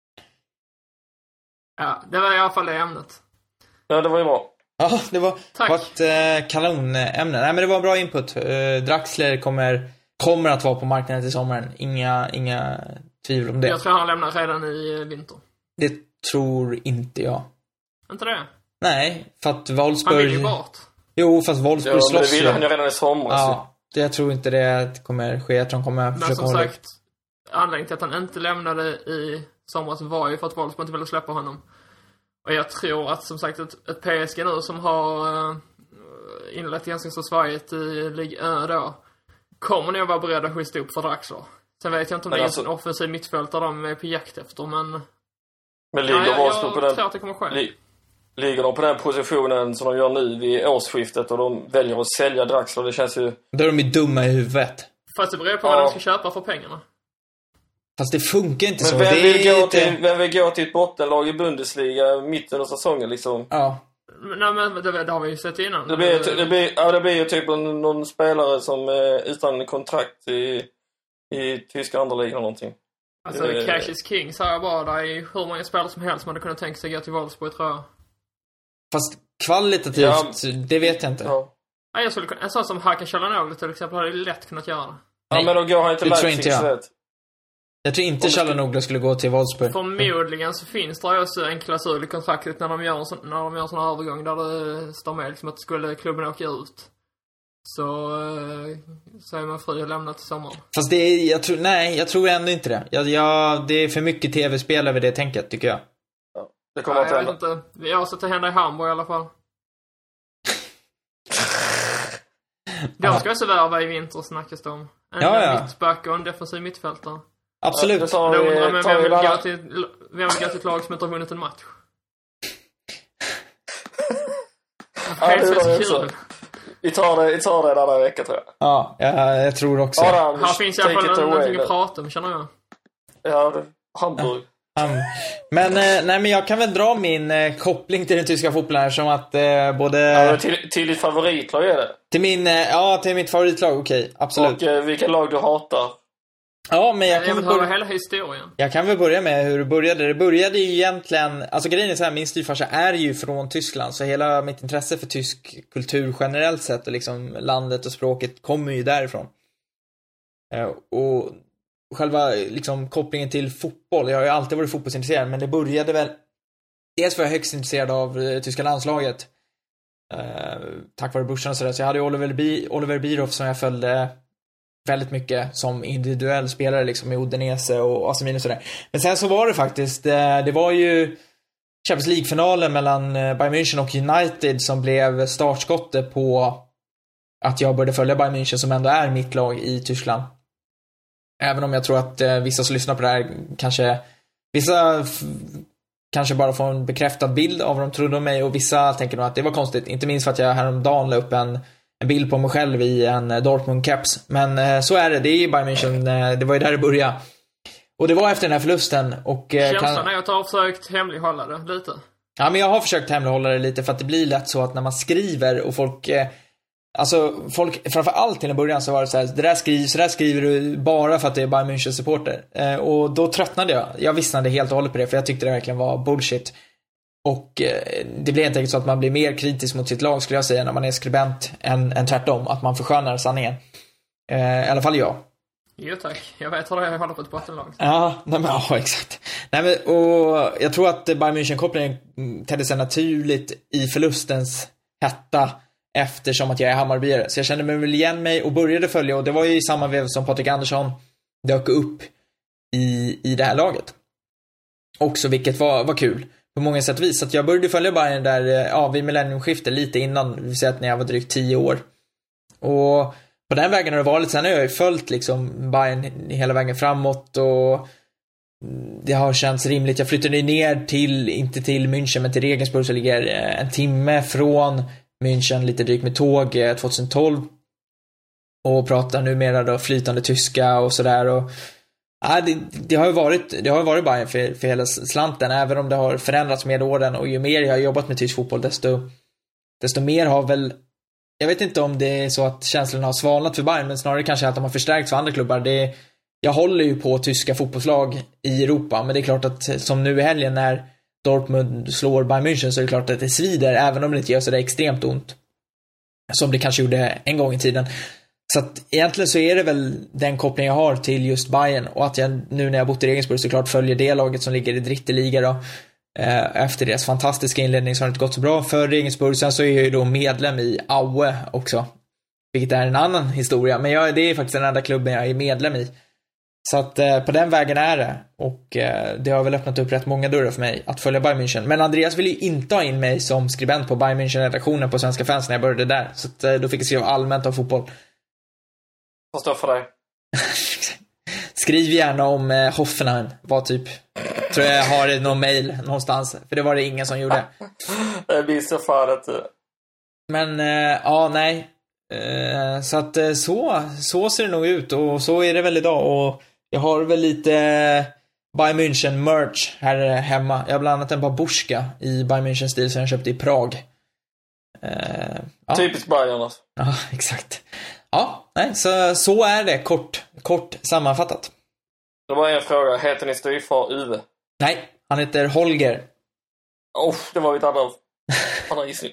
Ja, det var i alla fall det ämnet. ja det var ju bra. Ja, det var, Tack. var ett eh, kanonämne. Nej, men det var bra input. Eh, Draxler kommer, kommer att vara på marknaden till sommaren. Inga, inga tvivel om det. Jag tror han lämnar redan i eh, vinter. Det tror inte jag. Inte det? Nej, för att Han Wolfsburg... vill ju bort. Jo, fast Ja, Wolfsburg men det slåss ville han ju ju. redan i somras. Ja, det, jag tror inte det kommer ske. Jag tror de kommer Men försöka som hålla... sagt, anledningen till att han inte lämnade i somras var ju för att Wolfsburg inte ville släppa honom. Och jag tror att som sagt ett, ett P S G nu som har uh, inlett ganska så svajigt i Ligue ett då kommer nog vara beredda att skjuta upp för Draxler. Sen vet jag inte om Men det alltså- är en offensiv mittfältare de är på jakt efter, men Men ja, ligger jag, Wolfsburg på jag den... tror att det kommer ske. Li, ligger de på den positionen som de gör nu vid årsskiftet och de väljer att sälja Draxler, det känns ju... Då är de ju dumma i huvudet. Fast det beror på Ja. vad de ska köpa för pengarna. Fast det funkar inte så. Men vem Det vill, är gå lite... till, vem vill gå till ett bottenlag i Bundesliga mitt under säsongen liksom? Ja. Nej men det, det har vi ju sett innan. Det blir, det blir, ja, det blir ju typ en, någon spelare som är utan kontrakt i, i tyska andra ligan eller någonting. Alltså Eh. cash is king, sa jag bara. Det är hur många spelare som helst man hade kunnat tänka sig gå till Wolfsburg, tror jag. Fast kvalitativt, Ja. det vet jag inte. Ja. Ja, jag skulle kunna, en sån som Hakan Çalhanoğlu till exempel hade lätt kunnat göra det. Ja, men då går han inte det tror Leipzig inte jag. istället. Jag tror inte Om det skulle- Çalhanoğlu skulle gå till Wolfsburg. Förmodligen så finns det också en klausul i kontraktet när de gör en sån, när de gör en sån här övergång där det står med liksom att skulle klubben åka ut så, eh, så är man fri att lämna till sommaren. Fast det är, jag tror, nej, jag tror ändå inte det. Jag, jag, det är för mycket tv-spel över det tänket, tycker jag. Det kommer Ja, inte jag vet hända. inte. Vi har sett det hända i Hamburg i alla fall. De ska också värva i vinter, snackas det om. En Ja, ja. mittback och en defensiv mittfältare. absolut. Ja, tar Då vi, undrar man tar vem vi vill alla... gå till, vem vill gå till ett lag som inte har vunnit en match? Ja, det är det kul. också. Vi tar det, vi tar det en annan vecka, tror jag. Ja, jag, jag tror också. Adam, Här finns i alla take it fall away någonting då. att prata om, känner jag. Ja, det, Hamburg. Um, men, eh, nej, men jag kan väl dra min eh, koppling till den tyska fotbollen här som att eh, både... Ja, till, till ditt favoritlag är det. Till min, eh, ja, till mitt favoritlag, okej, absolut. Och eh, vilka lag du hatar. Ja, men jag Jag kan, vill väl höra börja, hela historien. jag kan väl börja med hur det började. Det började ju egentligen, alltså grejen är så här, min styvfarsa är ju från Tyskland, så hela mitt intresse för tysk kultur generellt sett och liksom landet och språket kommer ju därifrån. Eh, och själva liksom kopplingen till fotboll, jag har ju alltid varit fotbollsintresserad, men det började väl, dels var jag högst intresserad av eh, tyska landslaget. Eh, tack vare brorsan och sådär, så jag hade ju Oliver, Bi- Oliver Bierhoff som jag följde väldigt mycket som individuell spelare liksom i Udinese och A C Milan och sådär. Men sen så var det faktiskt, det var ju Champions League-finalen mellan Bayern München och United som blev startskottet på att jag började följa Bayern München som ändå är mitt lag i Tyskland. Även om jag tror att vissa som lyssnar på det här kanske, vissa f- kanske bara får en bekräftad bild av vad de trodde om mig och vissa tänker nog att det var konstigt. Inte minst för att jag häromdagen la upp en en bild på mig själv i en Dortmund-caps. Men eh, så är det, det är ju Bayern München, eh, det var ju där det började. Och det var efter den här förlusten. Och, eh, Känslan kan... är att du har försökt hemlighålla det lite. Ja, men jag har försökt hemlighålla det lite för att det blir lätt så att när man skriver och folk... Eh, alltså, folk, framförallt till en början så var det så här, det där skrivs, så där skriver du bara för att det är Bayern München-supporter. Eh, och då tröttnade jag. Jag visste helt och hållet på det, för jag tyckte det verkligen var bullshit. Och eh, det blir helt enkelt så att man blir mer kritisk mot sitt lag, skulle jag säga, när man är skribent än, än tvärtom, att man förskönar sanningen. Eh, I alla fall jag. Jo tack, jag vet hur det är att hålla på ett bottenlag. Ja, nej, men, ja, exakt. Nej, men, och jag tror att Bayern München-kopplingen tedde sig naturligt i förlustens hetta, eftersom att jag är Hammarbyare. Så jag kände mig väl igen mig och började följa, och det var ju i samma vev som Patrik Andersson dök upp i, i det här laget. Också, vilket var, var kul på många sätt och vis. Så att jag började följa Bayern där, ja, vid millenniumskiftet, lite innan, vi säger att när jag var drygt tio år. Och på den vägen har det varit. Sen har jag ju följt liksom Bayern hela vägen framåt, och det har känts rimligt. Jag flyttade ner till, inte till München, men till Regensburg, som ligger en timme från München, lite drygt med tåg, tjugohundratolv. Och pratar numera då flytande tyska och sådär. Och ja, det, det har ju varit, det har ju varit Bayern för, för hela slanten, även om det har förändrats med åren. Och ju mer jag har jobbat med tysk fotboll, desto, desto mer har väl, jag vet inte om det är så att känslorna har svalnat för Bayern, men snarare kanske att de har förstärkts för andra klubbar. Det, jag håller ju på tyska fotbollslag i Europa, men det är klart att som nu i helgen när Dortmund slår Bayern München, så är det klart att det svider, även om det inte gör så där extremt ont som det kanske gjorde en gång i tiden. Så att egentligen så är det väl den koppling jag har till just Bayern, och att jag nu när jag bott i Regensburg såklart följer det laget som ligger i dritte liga då. Efter deras fantastiska inledning så har det inte gått så bra för Regensburg. Sen så är jag ju då medlem i Aue också, vilket är en annan historia, men jag, det är faktiskt den enda klubben jag är medlem i. Så att eh, på den vägen är det. Och eh, det har väl öppnat upp rätt många dörrar för mig att följa Bayern München. Men Andreas ville ju inte ha in mig som skribent på Bayern München-redaktionen på Svenska Fans när jag började där. Så att, eh, då fick jag skriva allmänt om fotboll. Förstår för dig. Skriv gärna om eh, Hoffenheim. Var typ, tror jag har någon mail någonstans. För det var det ingen som gjorde. Det blir så fan inte. Men eh, ja, nej. Eh, så att eh, så, så ser det nog ut. Och så är det väl idag. Och jag har väl lite eh, Bayern München merch här hemma. Jag har bland annat en babushka i Bayern München stil som jag köpte i Prag. Eh, ja. Typiskt Bayern alltså. Ja, exakt. Ja, nej, så, så är det kort, kort sammanfattat. Det var en fråga. Heter ni styvfar Uwe? Nej, han heter Holger. Oh, det var mitt andra, andra gissning.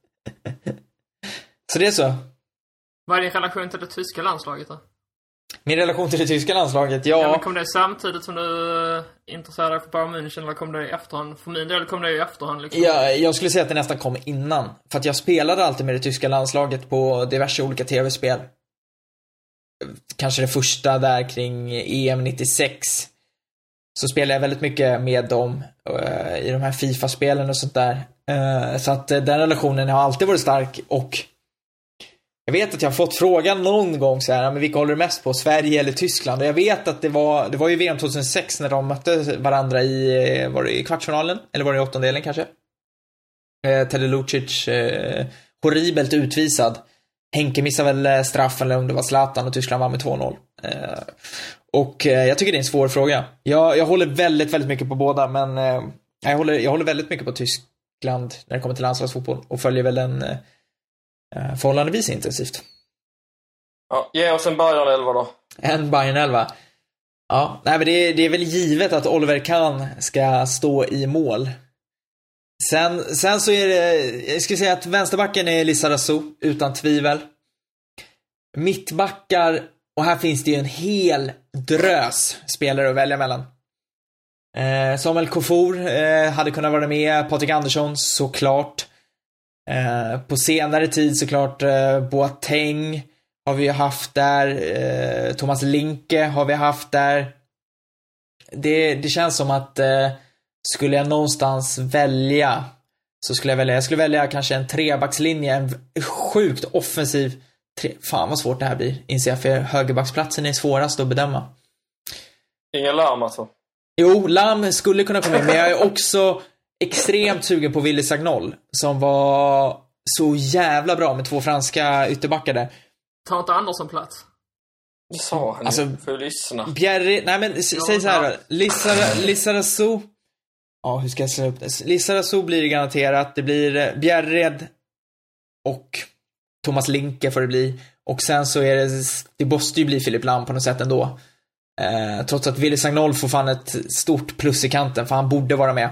Så det är så. Vad är din relation till det tyska landslaget då? Min relation till det tyska landslaget, Ja, ja. men kom det samtidigt som du är intresserad av Bayern München, eller kom det i efterhand? För min del kom det i efterhand liksom. Ja, jag skulle säga att det nästan kom innan. För att jag spelade alltid med det tyska landslaget på diverse olika tv-spel. Kanske det första där kring E M nittiosex. Så spelade jag väldigt mycket med dem uh, i de här FIFA-spelen och sånt där. Uh, så att uh, den relationen har alltid varit stark. Och Jag vet att jag har fått frågan någon gång så här, men vilka håller du mest på, Sverige eller Tyskland? Och jag vet att det var, det var ju V M tjugohundrasex när de mötte varandra i, var det i kvartsfinalen? Eller var det i åttondelen kanske? Eh, Teddy Lucic, eh, horribelt utvisad. Henke missade väl straffen, eller om det var Zlatan, och Tyskland vann med två noll. Eh, och eh, jag tycker det är en svår fråga. Jag, jag håller väldigt, väldigt mycket på båda, men eh, jag, håller, jag håller väldigt mycket på Tyskland när det kommer till landslagsfotboll och följer väl den eh, förhållandevis intensivt. Ja, ge oss en Bayern elva då. En Bayern elva. Ja, nej, men det är, det är väl givet att Oliver Kahn ska stå i mål. Sen, sen så är det, jag skulle säga att vänsterbacken är Lizarazu, utan tvivel. Mittbackar, och här finns det ju en hel drös spelare att välja mellan. Eh, Samuel Kofur eh, hade kunnat vara med, Patrik Andersson såklart. Eh, på senare tid såklart eh, Boateng har vi haft där, eh, Thomas Linke har vi haft där. Det, det känns som att eh, skulle jag någonstans välja, så skulle jag välja, jag skulle välja kanske en trebackslinje, en sjukt offensiv tre, fan vad svårt det här blir, inser jag, för högerbacksplatsen är svårast att bedöma. Ingen Lam alltså? Jo, Lam skulle kunna komma in, men jag är också extremt sugen på Willy Sagnol, som var så jävla bra med två franska ytterbackar där. Ta inte Andersson plats. Det sa han alltså, för att lyssna. Bjerre, nej men s- Ja, säg så här ja. då. Lissara- Lizarazu. Ja, hur ska jag säga upp det? Lizarazu blir det garanterat. Det blir eh, Bjerred och Thomas Linke får det bli. Och sen så är det, det måste ju bli Filip Lam på något sätt ändå. Eh, trots att Willy Sagnol får fan ett stort plus i kanten, för han borde vara med.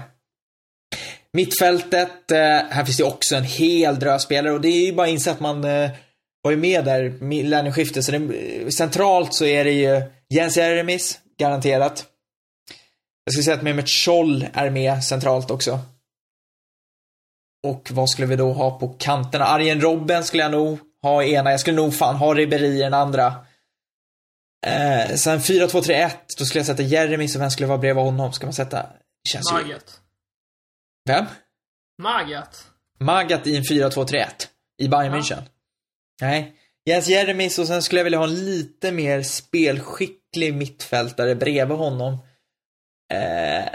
Mittfältet, eh, här finns det också en hel drös spelare, och det är ju bara insett att man eh, var ju med där millennieskiftet, så det, centralt så är det ju Jens Jeremis, garanterat. Jag skulle säga att Mehmet Scholl är med centralt också. Och vad skulle vi då ha på kanterna? Arjen Robben skulle jag nog ha i ena. Jag skulle nog fan ha Ribéry i den andra. Eh, sen fyra två tre ett, då skulle jag sätta Jeremis, och vem skulle vara bredvid honom? Ska man sätta... Det känns ju... Magat. Vem? Magat. Magat i en fyra två tre ett i Bayern Ja. München. Nej. Jens Jeremis, och sen skulle jag vilja ha en lite mer spelskicklig mittfältare bredvid honom. Eh,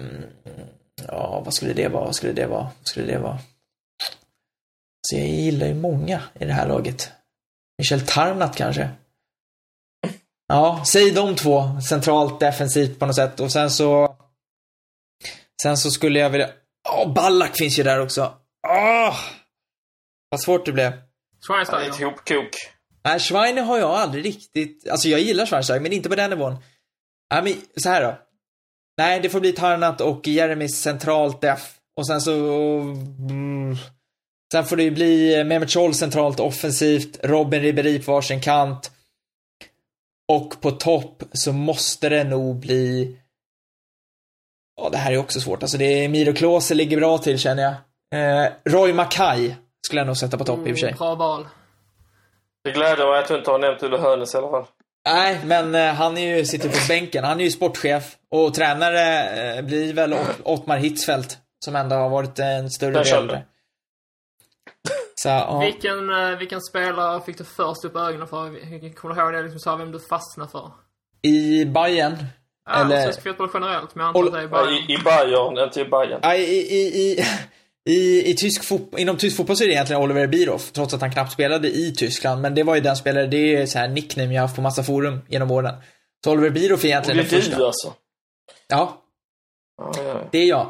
ja, vad skulle det vara? Vad skulle det vara? Vad skulle det vara? Så jag gillar ju många i det här laget. Michel Tarnat kanske. Ja, säg de två centralt defensivt på något sätt, och sen så sen så skulle jag vilja... Åh, oh, Ballack finns ju där också. Åh! Oh, vad svårt det blev. Det är Schweinsteiger. ett hopkok. Nej, Schweine har jag aldrig riktigt... Alltså jag gillar Schweinsteiger, men inte på den nivån. Nej, men så här då. Nej, det får bli Tarnat och Jeremis centralt def. Och sen så... Mm, sen får det ju bli Mehmet Scholl centralt offensivt. Robin Ribéry på varsin kant. Och på topp så måste det nog bli... Ja, det här är också svårt. Alltså det är Miro Klose ligger bra till, känner jag. Eh, Roy Mackay skulle jag nog sätta på topp i och för sig. Mm, bra val. Det gläder mig att du inte har nämnt Ulle Hönes i alla fall. Nej, men eh, han är ju, sitter på bänken. Han är ju sportchef. Och tränare eh, blir väl Ott- Ottmar Hitzfeldt, som ändå har varit en större Den del kände. där. Så, ja. Vilken, eh, vilken spelare fick du först upp ögonen för? Vilken- Kommer du ihåg det, liksom, så här, vem du fastnade för? I Bayern. Ja, Eller- svensk fotboll generellt, men jag antar Ol- att det är Ja, bara... i, I Bayern, inte i Bayern. Ja, i, i, i, i, i tysk fotboll, inom tysk fotboll så är det egentligen Oliver Bierhoff, trots att han knappt spelade i Tyskland. Men det var ju den spelare, det är så här nickname jag har haft på massa forum genom åren. Så Oliver Bierhoff är Och egentligen det den är första. du alltså. Ja, Ja, ja, ja. det är jag.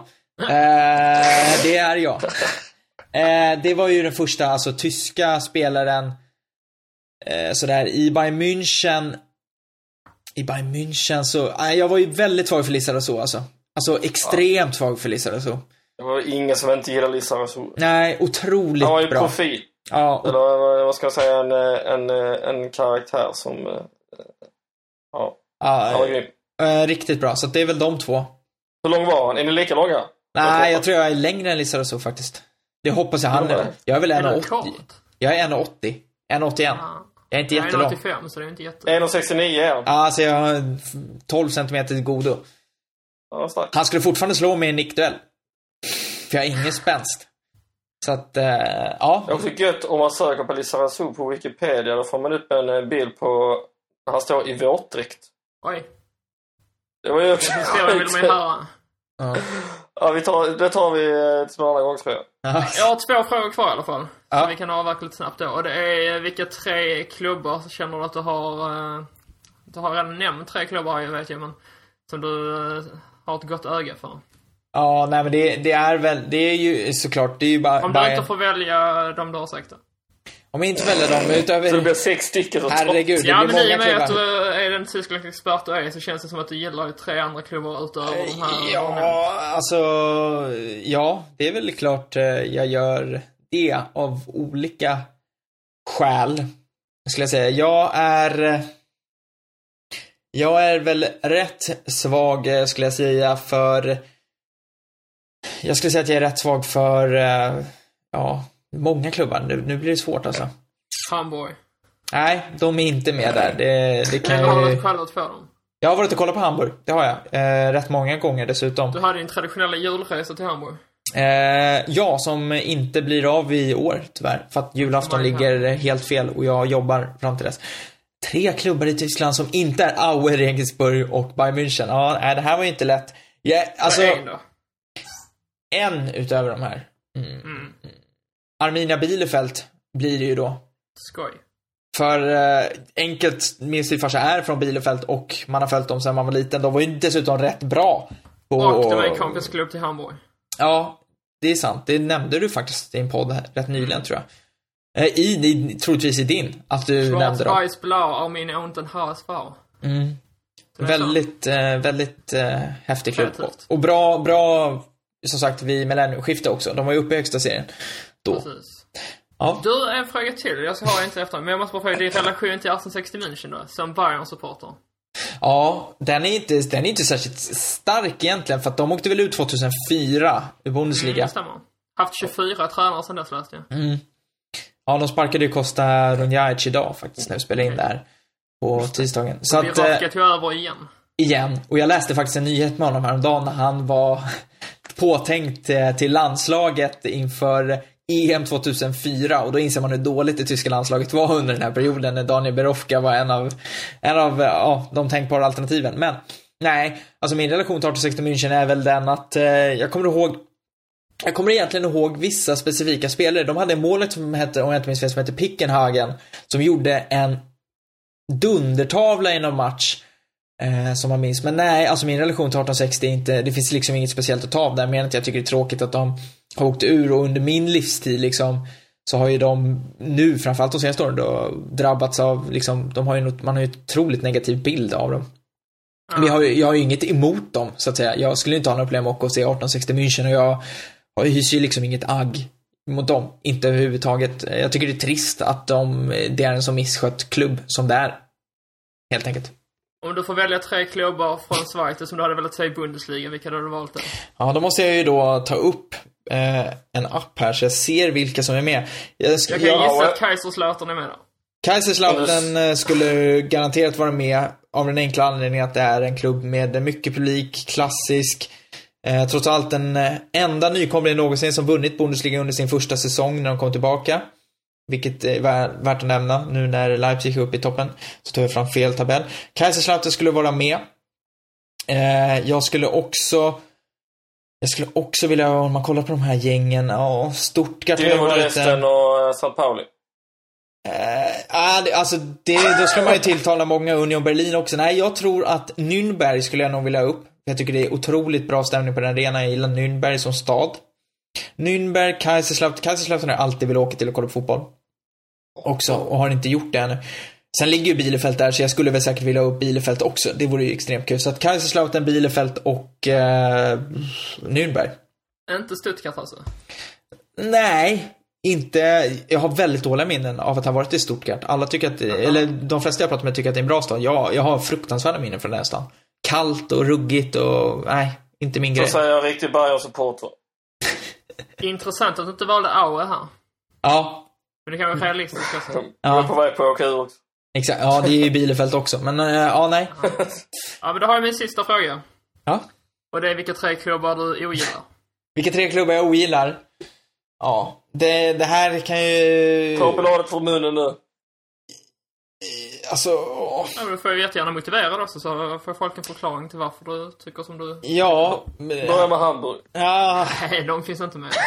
Eh, det är jag. Eh, det var ju den första, alltså tyska spelaren eh, sådär i Bayern München. I Bayern München så, eh, jag var ju väldigt svag för Lizarazu alltså. Alltså extremt svag för Lizarazu. Det var ingen som inte gillade Lizarazu. Nej, otroligt Han var ju bra. profil. Ja, och, Eller vad- vad ska jag säga, en, en, en karaktär som... eh, Ja, han var ja, grym. eh, riktigt bra, så det är väl de två. Hur lång var han? Är ni lika långa? Nej, jag tror jag är längre än Lizarazu faktiskt. Det hoppas jag han är. Jag är väl Är det en åttio. kort? Jag är en åttio. en åttioen. Ja. Jag är inte Jag är jättelång. åttiofem, så det är inte jätte... en komma sextionio är han. Ja, alltså jag har tolv centimeter till godo. Ja, starkt. Han skulle fortfarande slå mig i en nickduell. För jag har ingen spänst. Så att, eh, ja. Jag tycker gött om man söker på Lizarazu på Wikipedia, då får man upp en bild på han står i våtdräkt. Oj. Det var ju också... Det vill man ju höra. Ja. Ja, vi tar, det tar vi till någon annan gång, tror jag. Ja. Jag har två frågor kvar i alla fall. Ja. Som vi kan avverka lite snabbt då. Och det är vilka tre klubbar känner du att du har... Uh, du har redan nämnt tre klubbar, jag vet ju, men som du uh, har ett gott öga för. Ja, nej men det, det är väl, det är ju såklart, det är ju bara... Om du inte får välja de du har sagt då. Om jag inte väljer dem utöver... Så det blir sex stycken och Herregud, det ja, blir men i många och med att klubbar. du är den Tysklandsexpert du är så känns det som att du gillar ju tre andra klubbar utöver de här. Ja, alltså... Ja, det är väl klart eh, jag gör det av olika skäl. Skulle jag säga. Jag är... Jag är väl rätt svag, eh, skulle jag säga, för... Jag skulle säga att jag är rätt svag för... Eh, ja, många klubbar. Nu, nu blir det svårt alltså. Hamburg. Nej, de är inte med där. Det, det kan Men du har ju... varit kollat på dem. Jag har varit och kollat på Hamburg, det har jag. Eh, rätt många gånger dessutom. Du hade din traditionella julresa till Hamburg. Eh, ja, som inte blir av i år tyvärr. För att julafton Nej, ligger helt fel och jag jobbar fram till dess. Tre klubbar i Tyskland som inte är Aue, Regensburg och Bayern München. Ja, nej, det här var ju inte lätt. Ja, alltså, Vad är en då? en utöver de här. Mm. Mm. Arminia Bielefeld blir det ju då. Skoj. För eh, enkelt, min styvfarsa är från Bielefeld och man har följt dem sedan man var liten. De var ju dessutom rätt bra. På, Och det var en kompisklubb till Hamburg. Ja, det är sant. Det nämnde du faktiskt i en podd här, rätt nyligen tror jag. Eh, I, i, troligtvis i din, att du nämnde dem. Schwarz Blau, Arminia und den H S V. Mm. Det är Väldigt, eh, väldigt eh, häftig klubb. Definitivt. Och bra, bra, som sagt, vid millenniumskiftet också. De var ju uppe i högsta serien då. Precis. Ja. Du, en fråga till. Jag ska ha inte efter. Men jag måste bara fråga din relation till Arsen sextio München då, som Bayern-supporter. Ja, den är, inte, den är inte särskilt stark egentligen, för att de åkte väl ut tjugohundrafyra i Bundesliga. Mm, det stämmer. Haft tjugofyra tränare sedan dess, läste jag. Mm. Ja, de sparkade ju Costa Runjajic idag faktiskt, när vi spelade in där på tisdagen. Så Vi att, eh, rakade ju över igen. igen. Och jag läste faktiskt en nyhet med honom häromdagen när han var påtänkt eh, till landslaget inför E M tjugohundrafyra, och då inser man hur dåligt det tyska landslaget var under den här perioden när Daniel Berofka var en av, en av ja, de tänkbara alternativen. Men nej, alltså min relation till Arsen sextio München är väl den att eh, jag kommer ihåg Jag kommer egentligen ihåg vissa specifika spelare. De hade en målet som hette, om jag inte minns fel, som hette Pickenhagen, som gjorde en dundertavla i någon match eh, som man minns. Men nej, alltså min relation till arton sextio är inte, det finns liksom inget speciellt att ta av där. Men jag tycker det är tråkigt att de har åkt ur, och under min livstid liksom, så har ju de nu, framförallt de senaste åren då, drabbats av liksom, de har ju något, man har ju ett otroligt negativ bild av dem. Men jag har, ju, jag har ju inget emot dem, så att säga. Jag skulle inte ha några problem med att se arton sextio München, och jag Jag hyser ju liksom inget agg mot dem, inte överhuvudtaget. Jag tycker det är trist att de, det är en så misskött klubb som det är. Helt enkelt. Om du får välja tre klubbar från Schweiz som du hade velat se i Bundesliga, vilka hade du valt då? Ja, då måste jag ju då ta upp eh, en app här så jag ser vilka som är med. Jag, ska, Jag kan jag, gissa att Kaiserslautern är med då. Kaiserslautern eh, skulle garanterat vara med av den enkla anledningen att det är en klubb med mycket publik, klassisk. Eh, trots allt den eh, enda nykomlingen någonsin som vunnit Bundesliga under sin första säsong när de kom tillbaka. Vilket är vär, värt att nämna nu när Leipzig är uppe i toppen. Så tar jag fram fel tabell. Kaiserslautern skulle vara med. Eh, jag skulle också Jag skulle också vilja, om man kollar på de här gängen, ja, Stuttgart Dynamo Dresden och Sankt Pauli. Eh, alltså det, då ska man ju tilltala många. Union Berlin också. Nej, jag tror att Nürnberg skulle jag nog vilja upp. Jag tycker det är otroligt bra stämning på den arenan. Jag gillar Nürnberg som stad. Nürnberg, Kaiserslautern. Kaiserslautern har jag alltid vill åka till och kolla på fotboll också, och har inte gjort det ännu. Sen ligger ju Bielefeld där, så jag skulle väl säkert vilja ha upp Bielefeld också. Det vore ju extremt kul. Så att Kaiserslautern, Bielefeld och eh, Nürnberg. Inte Stuttgart alltså? Nej, inte. Jag har väldigt dåliga minnen av att ha varit i Stuttgart. Alla tycker att, uh-huh. eller de flesta jag pratar med tycker att det är en bra stad. Jag, jag har fruktansvärda minnen från den här stan. Kallt och ruggigt och nej, inte min Så grej. säger jag riktigt Bayern-supporter. Intressant att du inte valde Aue här. Ja. Men det kan vara realistiskt också. Jag är på väg på att åka ur också. Exakt, ja det är ju Bielefeld också. Men äh, ja, nej. Ja, men då har jag min sista fråga. Ja. Och det är vilka tre klubbar du ogillar? Vilka tre klubbar jag ogillar? Ja, Det, det här kan ju... Ta bladet från munnen nu. Alltså... Ja, men du får ju jättegärna motivera det också, så får folk en förklaring till varför du tycker som du... Ja... Börja med Hamburg. Ja... Nej, de finns inte med.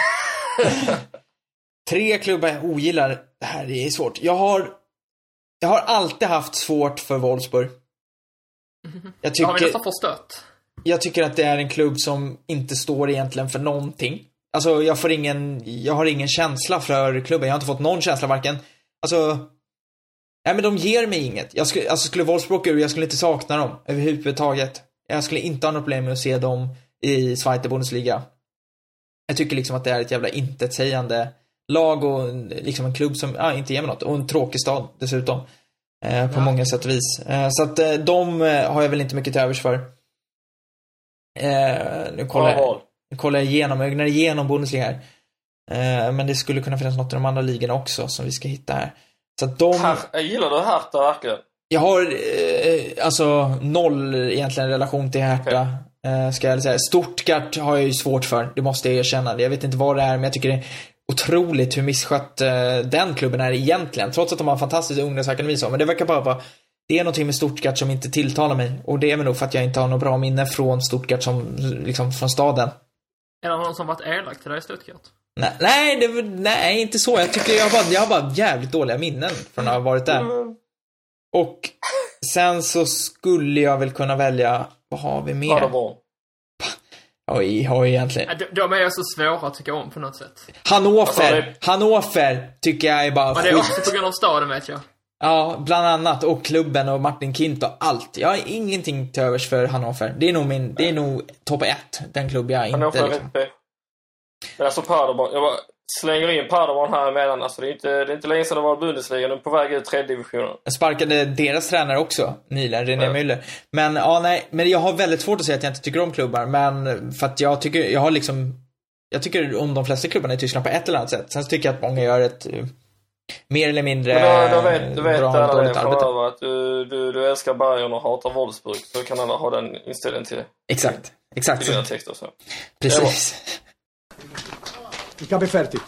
Tre klubbar jag ogillar. Det här är svårt. Jag har... Jag har alltid haft svårt för Wolfsburg. Jag Det har vi tycker... nästan förstött. Jag tycker att det är en klubb som inte står egentligen för någonting. Alltså jag får ingen, jag har ingen känsla för klubben. Jag har inte fått någon känsla varken. Alltså, nej men de ger mig inget. Jag skulle, alltså skulle Wolfsburg ur, jag skulle inte sakna dem överhuvudtaget. Jag skulle inte ha något problem med att se dem i Zweite Bundesliga. Jag tycker liksom att det är ett jävla intetsägande lag och liksom en klubb som ja, inte ger mig något. Och en tråkig stad dessutom. Eh, på ja. många sätt och vis. Eh, så att eh, de eh, har jag väl inte mycket till övers för. Eh, nu kollar jag, nu kollar jag igenom, jag ögnar igenom Bundesliga här. Eh, men det skulle kunna finnas något i de andra ligorna också som vi ska hitta här. Så att de... Här, jag gillar du Hertha verkligen? Jag har eh, alltså noll egentligen relation till Hertha. Okay. Eh, ska jag säga. Stuttgart har jag ju svårt för, det måste jag erkänna. Jag vet inte vad det är, men jag tycker det är otroligt hur misskött eh, den klubben är egentligen. Trots att de har en fantastisk ungdomsakademi så. Men det verkar bara vara... Det är någonting med Stuttgart som inte tilltalar mig. Och det är väl nog för att jag inte har något bra minne från Stuttgart som, liksom från staden. Är det någon som varit elak till dig i Stuttgart? Nej, nej, det, nej inte så. Jag tycker jag har, bara, jag har bara jävligt dåliga minnen från att ha varit där. Och sen så skulle jag väl kunna välja... Vad har vi mer? Paderborn. Oj, har egentligen... De, de är så svåra att tycka om på något sätt. Hannover. Alltså, det... Hannover tycker jag är bara Men det är också på grund av staden, vet jag. Ja, bland annat. Och klubben och Martin Kind och allt. Jag har ingenting till övers för Hannover. Det är nog min, det är nog topp ett. Den klubb jag inte... Liksom. Men alltså Paderborn, jag bara slänger in Paderborn här emellan. Alltså det är inte, det är inte länge sedan de var i Bundesliga. De är på väg ut tredje divisionen. Jag sparkade deras tränare också, nyligen, René ja. Müller. Men ja, nej. Men jag har väldigt svårt att säga att jag inte tycker om klubbar. Men för att jag tycker, jag har liksom... Jag tycker om de flesta klubbarna i Tyskland på ett eller annat sätt. Sen så tycker jag att många gör ett... mer eller mindre men då, då vet, du vet bra alla dåligt det arbete. Över att du, du, du älskar Bayern och hatar Wolfsburg, så kan alla ha den inställningen till Exakt, exakt. till dina texter så. Precis. Il capo è fertig.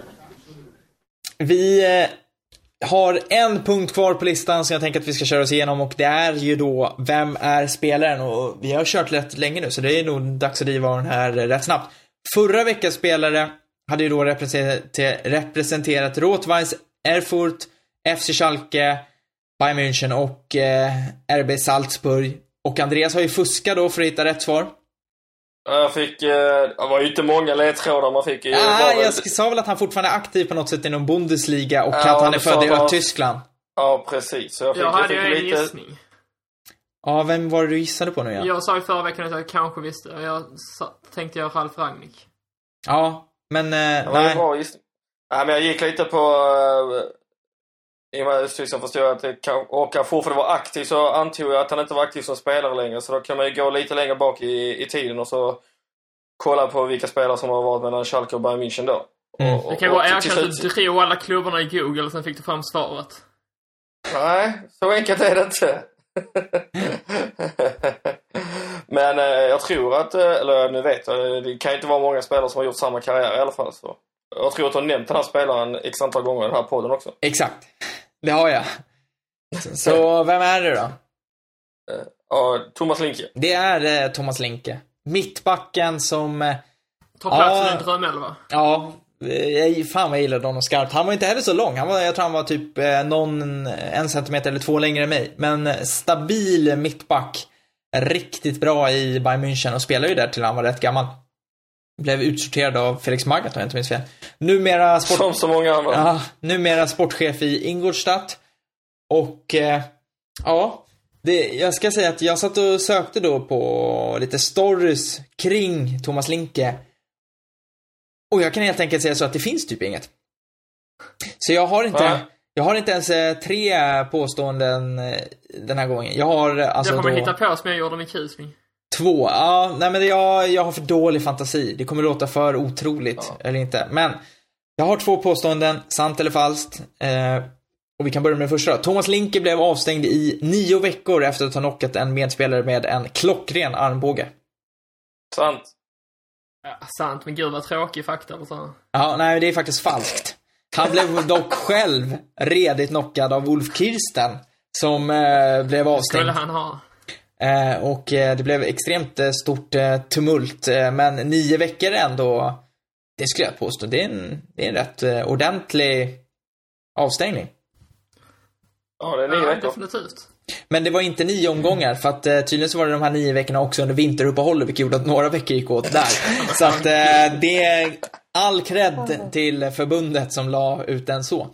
Vi eh, har en punkt kvar på listan som jag tänker att vi ska köra oss igenom, och det är ju då vem är spelaren, och vi har kört rätt länge nu så det är nog dags att driva den här rätt snabbt. Förra veckans spelare hade ju då representerat, representerat Rot-Weiss Erfurt, F C Schalke, Bayern München och eh, R B Salzburg. Och Andreas har ju fuskat då för att hitta rätt svar. Jag fick, eh, det var ju inte många ledtrådar man fick. Ja, ah, jag sa väl att han fortfarande är aktiv på något sätt inom Bundesliga och ja, att han är född i var... Tyskland. Ja, precis. Så jag fick, jag hade jag fick en lite... gissning. Ja, vem var det du gissade på nu igen? Jag sa i förra veckan att jag kanske visste. Jag sa, tänkte jag Ralf Rangnick. Ja, men... Eh, det var nej. en bra gissning. Nej, men jag gick lite på... Uh, I och med Östtyskland förstår jag att det kan, och han fortfarande var aktiv, så antog jag att han inte var aktiv som spelare längre. Så då kan man ju gå lite längre bak i, i tiden och så kolla på vilka spelare som har varit mellan Schalke och Bayern München då. Mm. Och, och, det kan vara och, erkänt att du drog alla klubbarna i Google och sen fick du fram svaret. Nej, så enkelt är det inte. Men eh, jag tror att, eller nu vet jag, det kan inte vara många spelare som har gjort samma karriär i alla fall. Så. Jag tror att du har nämnt den här spelaren x antal gånger i den här podden också. Exakt, det har jag. Så vem är det då? Ja, uh, Thomas Linke. Det är eh, Thomas Linke. Mittbacken som... Eh, Ta plats ja, i din drömelva. Ja, jag, fan vad jag gillade honom skarpt. Han var inte heller så lång. Han var, jag tror han var typ eh, någon en centimeter eller två längre än mig. Men stabil mittback. Riktigt bra i Bayern München och spelar ju där till han var rätt gammal. Blev utsorterad av Felix Magath om jag inte minns fel. Numera sport... Som så många andra. Ja, numera sportchef i Ingolstadt. Och eh, ja, det, jag ska säga att jag satt och sökte då på lite stories kring Thomas Linke. Och jag kan helt enkelt säga så att det finns typ inget. Så jag har inte... Ja. Jag har inte ens eh, tre påståenden eh, den här gången. Jag har alltså jag kommer då... hitta på som jag gjorde med Kisling. Två, ja, nej men jag, jag har för dålig fantasi. Det kommer låta för otroligt, ja. eller inte. Men jag har två påståenden, sant eller falskt. Eh, och vi kan börja med det första då. Thomas Linke blev avstängd i nio veckor efter att ha knockat en medspelare med en klockren armbåge. Sant. Ja, sant, men gud vad tråkig fakta eller så. Ja, nej, det är faktiskt falskt. Han blev dock själv redigt knockad av Ulf Kirsten, som eh, blev avstängd. Skulle han ha. Eh, och eh, det blev extremt eh, stort eh, tumult, eh, men nio veckor ändå, det skulle jag påstå, det är en, det är en rätt eh, ordentlig avstängning. Ja, det är nio Ja, veckor. definitivt. Men det var inte nio omgångar, för att eh, tydligen så var det de här nio veckorna också under vinteruppehållet, vilket gjorde att några veckor gick åt där. Så att eh, det är all cred till förbundet som la ut den så.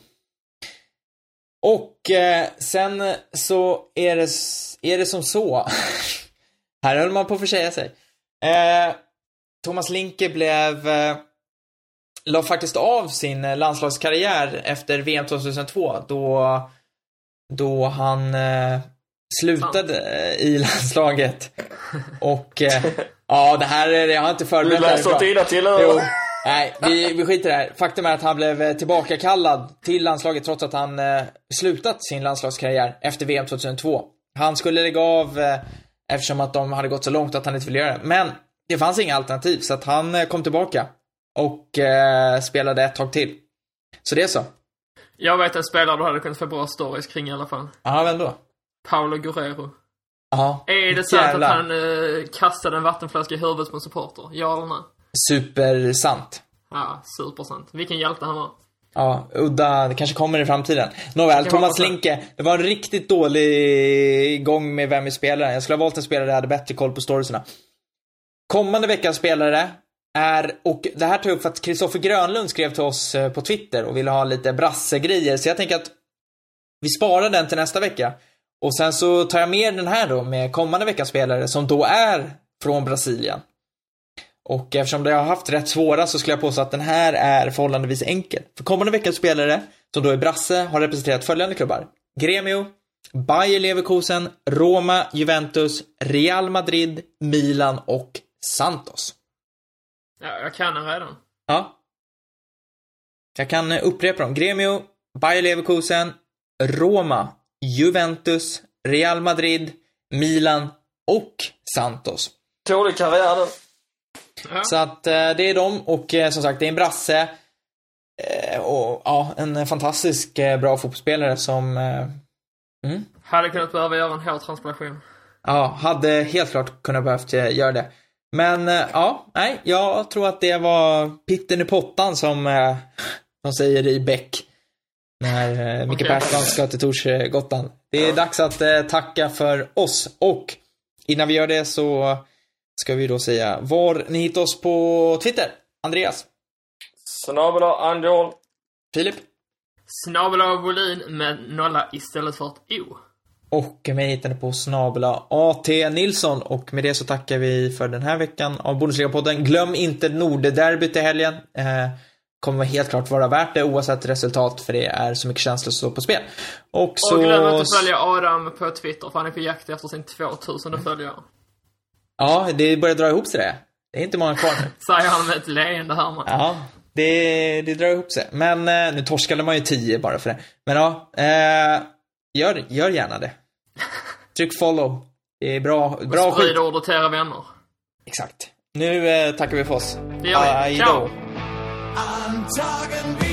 Och eh, sen så är det, är det som så. Här höll man på att försäga sig. Eh, Thomas Linke blev eh, la faktiskt av sin landslagskarriär efter V M tjugohundratvå, då då han eh, slutade eh, i landslaget. Och eh, ja, det här är, jag har inte Du förberett det här läser bra. inte illa till Jo, eller? nej, vi, vi skiter i det här. Faktum är att han blev tillbakakallad till landslaget trots att han eh, slutat sin landslagskarriär efter V M tjugohundratvå. Han skulle lägga av eh, eftersom att de hade gått så långt att han inte ville göra det. Men det fanns inga alternativ, så att han eh, kom tillbaka och eh, spelade ett tag till. Så det är så. Jag vet en spelare du hade kunnat få bra stories kring i alla fall. Ja, vem då? Paolo Guerrero. Ja. Är det sant Jävlar. att han eh, kastade en vattenflaska i huvudet på en supporter? Ja eller nej? Supersant. Ja, supersant. Vilken hjälte han var. Ja, udda, det kanske kommer i framtiden. Nåväl, Jag Thomas hoppas det. Linke, det var en riktigt dålig gång med vem vi spelar. Jag skulle ha valt en spelare som hade bättre koll på storiesarna. Kommande veckans spelare är, och det här tar jag upp för att Kristoffer Grönlund skrev till oss på Twitter och ville ha lite brassegrejer, så jag tänker att vi sparar den till nästa vecka. Och sen så tar jag med den här då med kommande veckans spelare som då är från Brasilien. Och eftersom det har haft rätt svåra så skulle jag påstå att den här är förhållandevis enkel. För kommande veckans spelare, som då är brasse, har representerat följande klubbar: Gremio, Bayer Leverkusen, Roma, Juventus, Real Madrid, Milan och Santos. Ja, jag kan den redan. Ja. Jag kan upprepa dem. Gremio, Bayer Leverkusen, Roma, Juventus, Real Madrid, Milan och Santos. Tålig karriär då. Ja. Så att eh, det är dem, och eh, som sagt, det är en brasse eh, och ja, en fantastisk eh, bra fotbollsspelare som eh, mm, Hade kunnat behöva göra en hårtransplantation. ja, hade helt klart kunnat behövt eh, göra det. Men eh, ja, nej, jag tror att det var pitten i pottan som eh, de säger i Beck när eh, Micke Okej. Persson ska till Torsgottan. Det är dags att eh, tacka för oss, och innan vi gör det så ska vi då säga var ni hittar oss på Twitter. Andreas, Snabel-a Andjol. Filip Snabel av volyn med nolla istället för ett O. och mig hittar ni på snabela A T Nilsson. Och med det så tackar vi för den här veckan av Bundesliga-podden. Glöm inte Nordderbyt i helgen. Eh, kommer helt klart vara värt det oavsett resultat, för det är så mycket känslor så på spel. Och så... Och glöm inte att följa Adam på Twitter, för han är på jakt efter sin tvåtusende följare. Ja, det börjar dra ihop sig det. Det är inte många kvar nu. Säger han med ett leende här, man. Ja, det, det drar ihop sig. Men eh, nu torskade man ju tio bara för det. Men ja, eh, gör, gör gärna det. Tryck follow. Det är bra, bra skit. Sprid ordet till era vänner. Exakt. Nu eh, tackar vi för oss. Det gör vi. Hej Ciao. då. An Tagen wie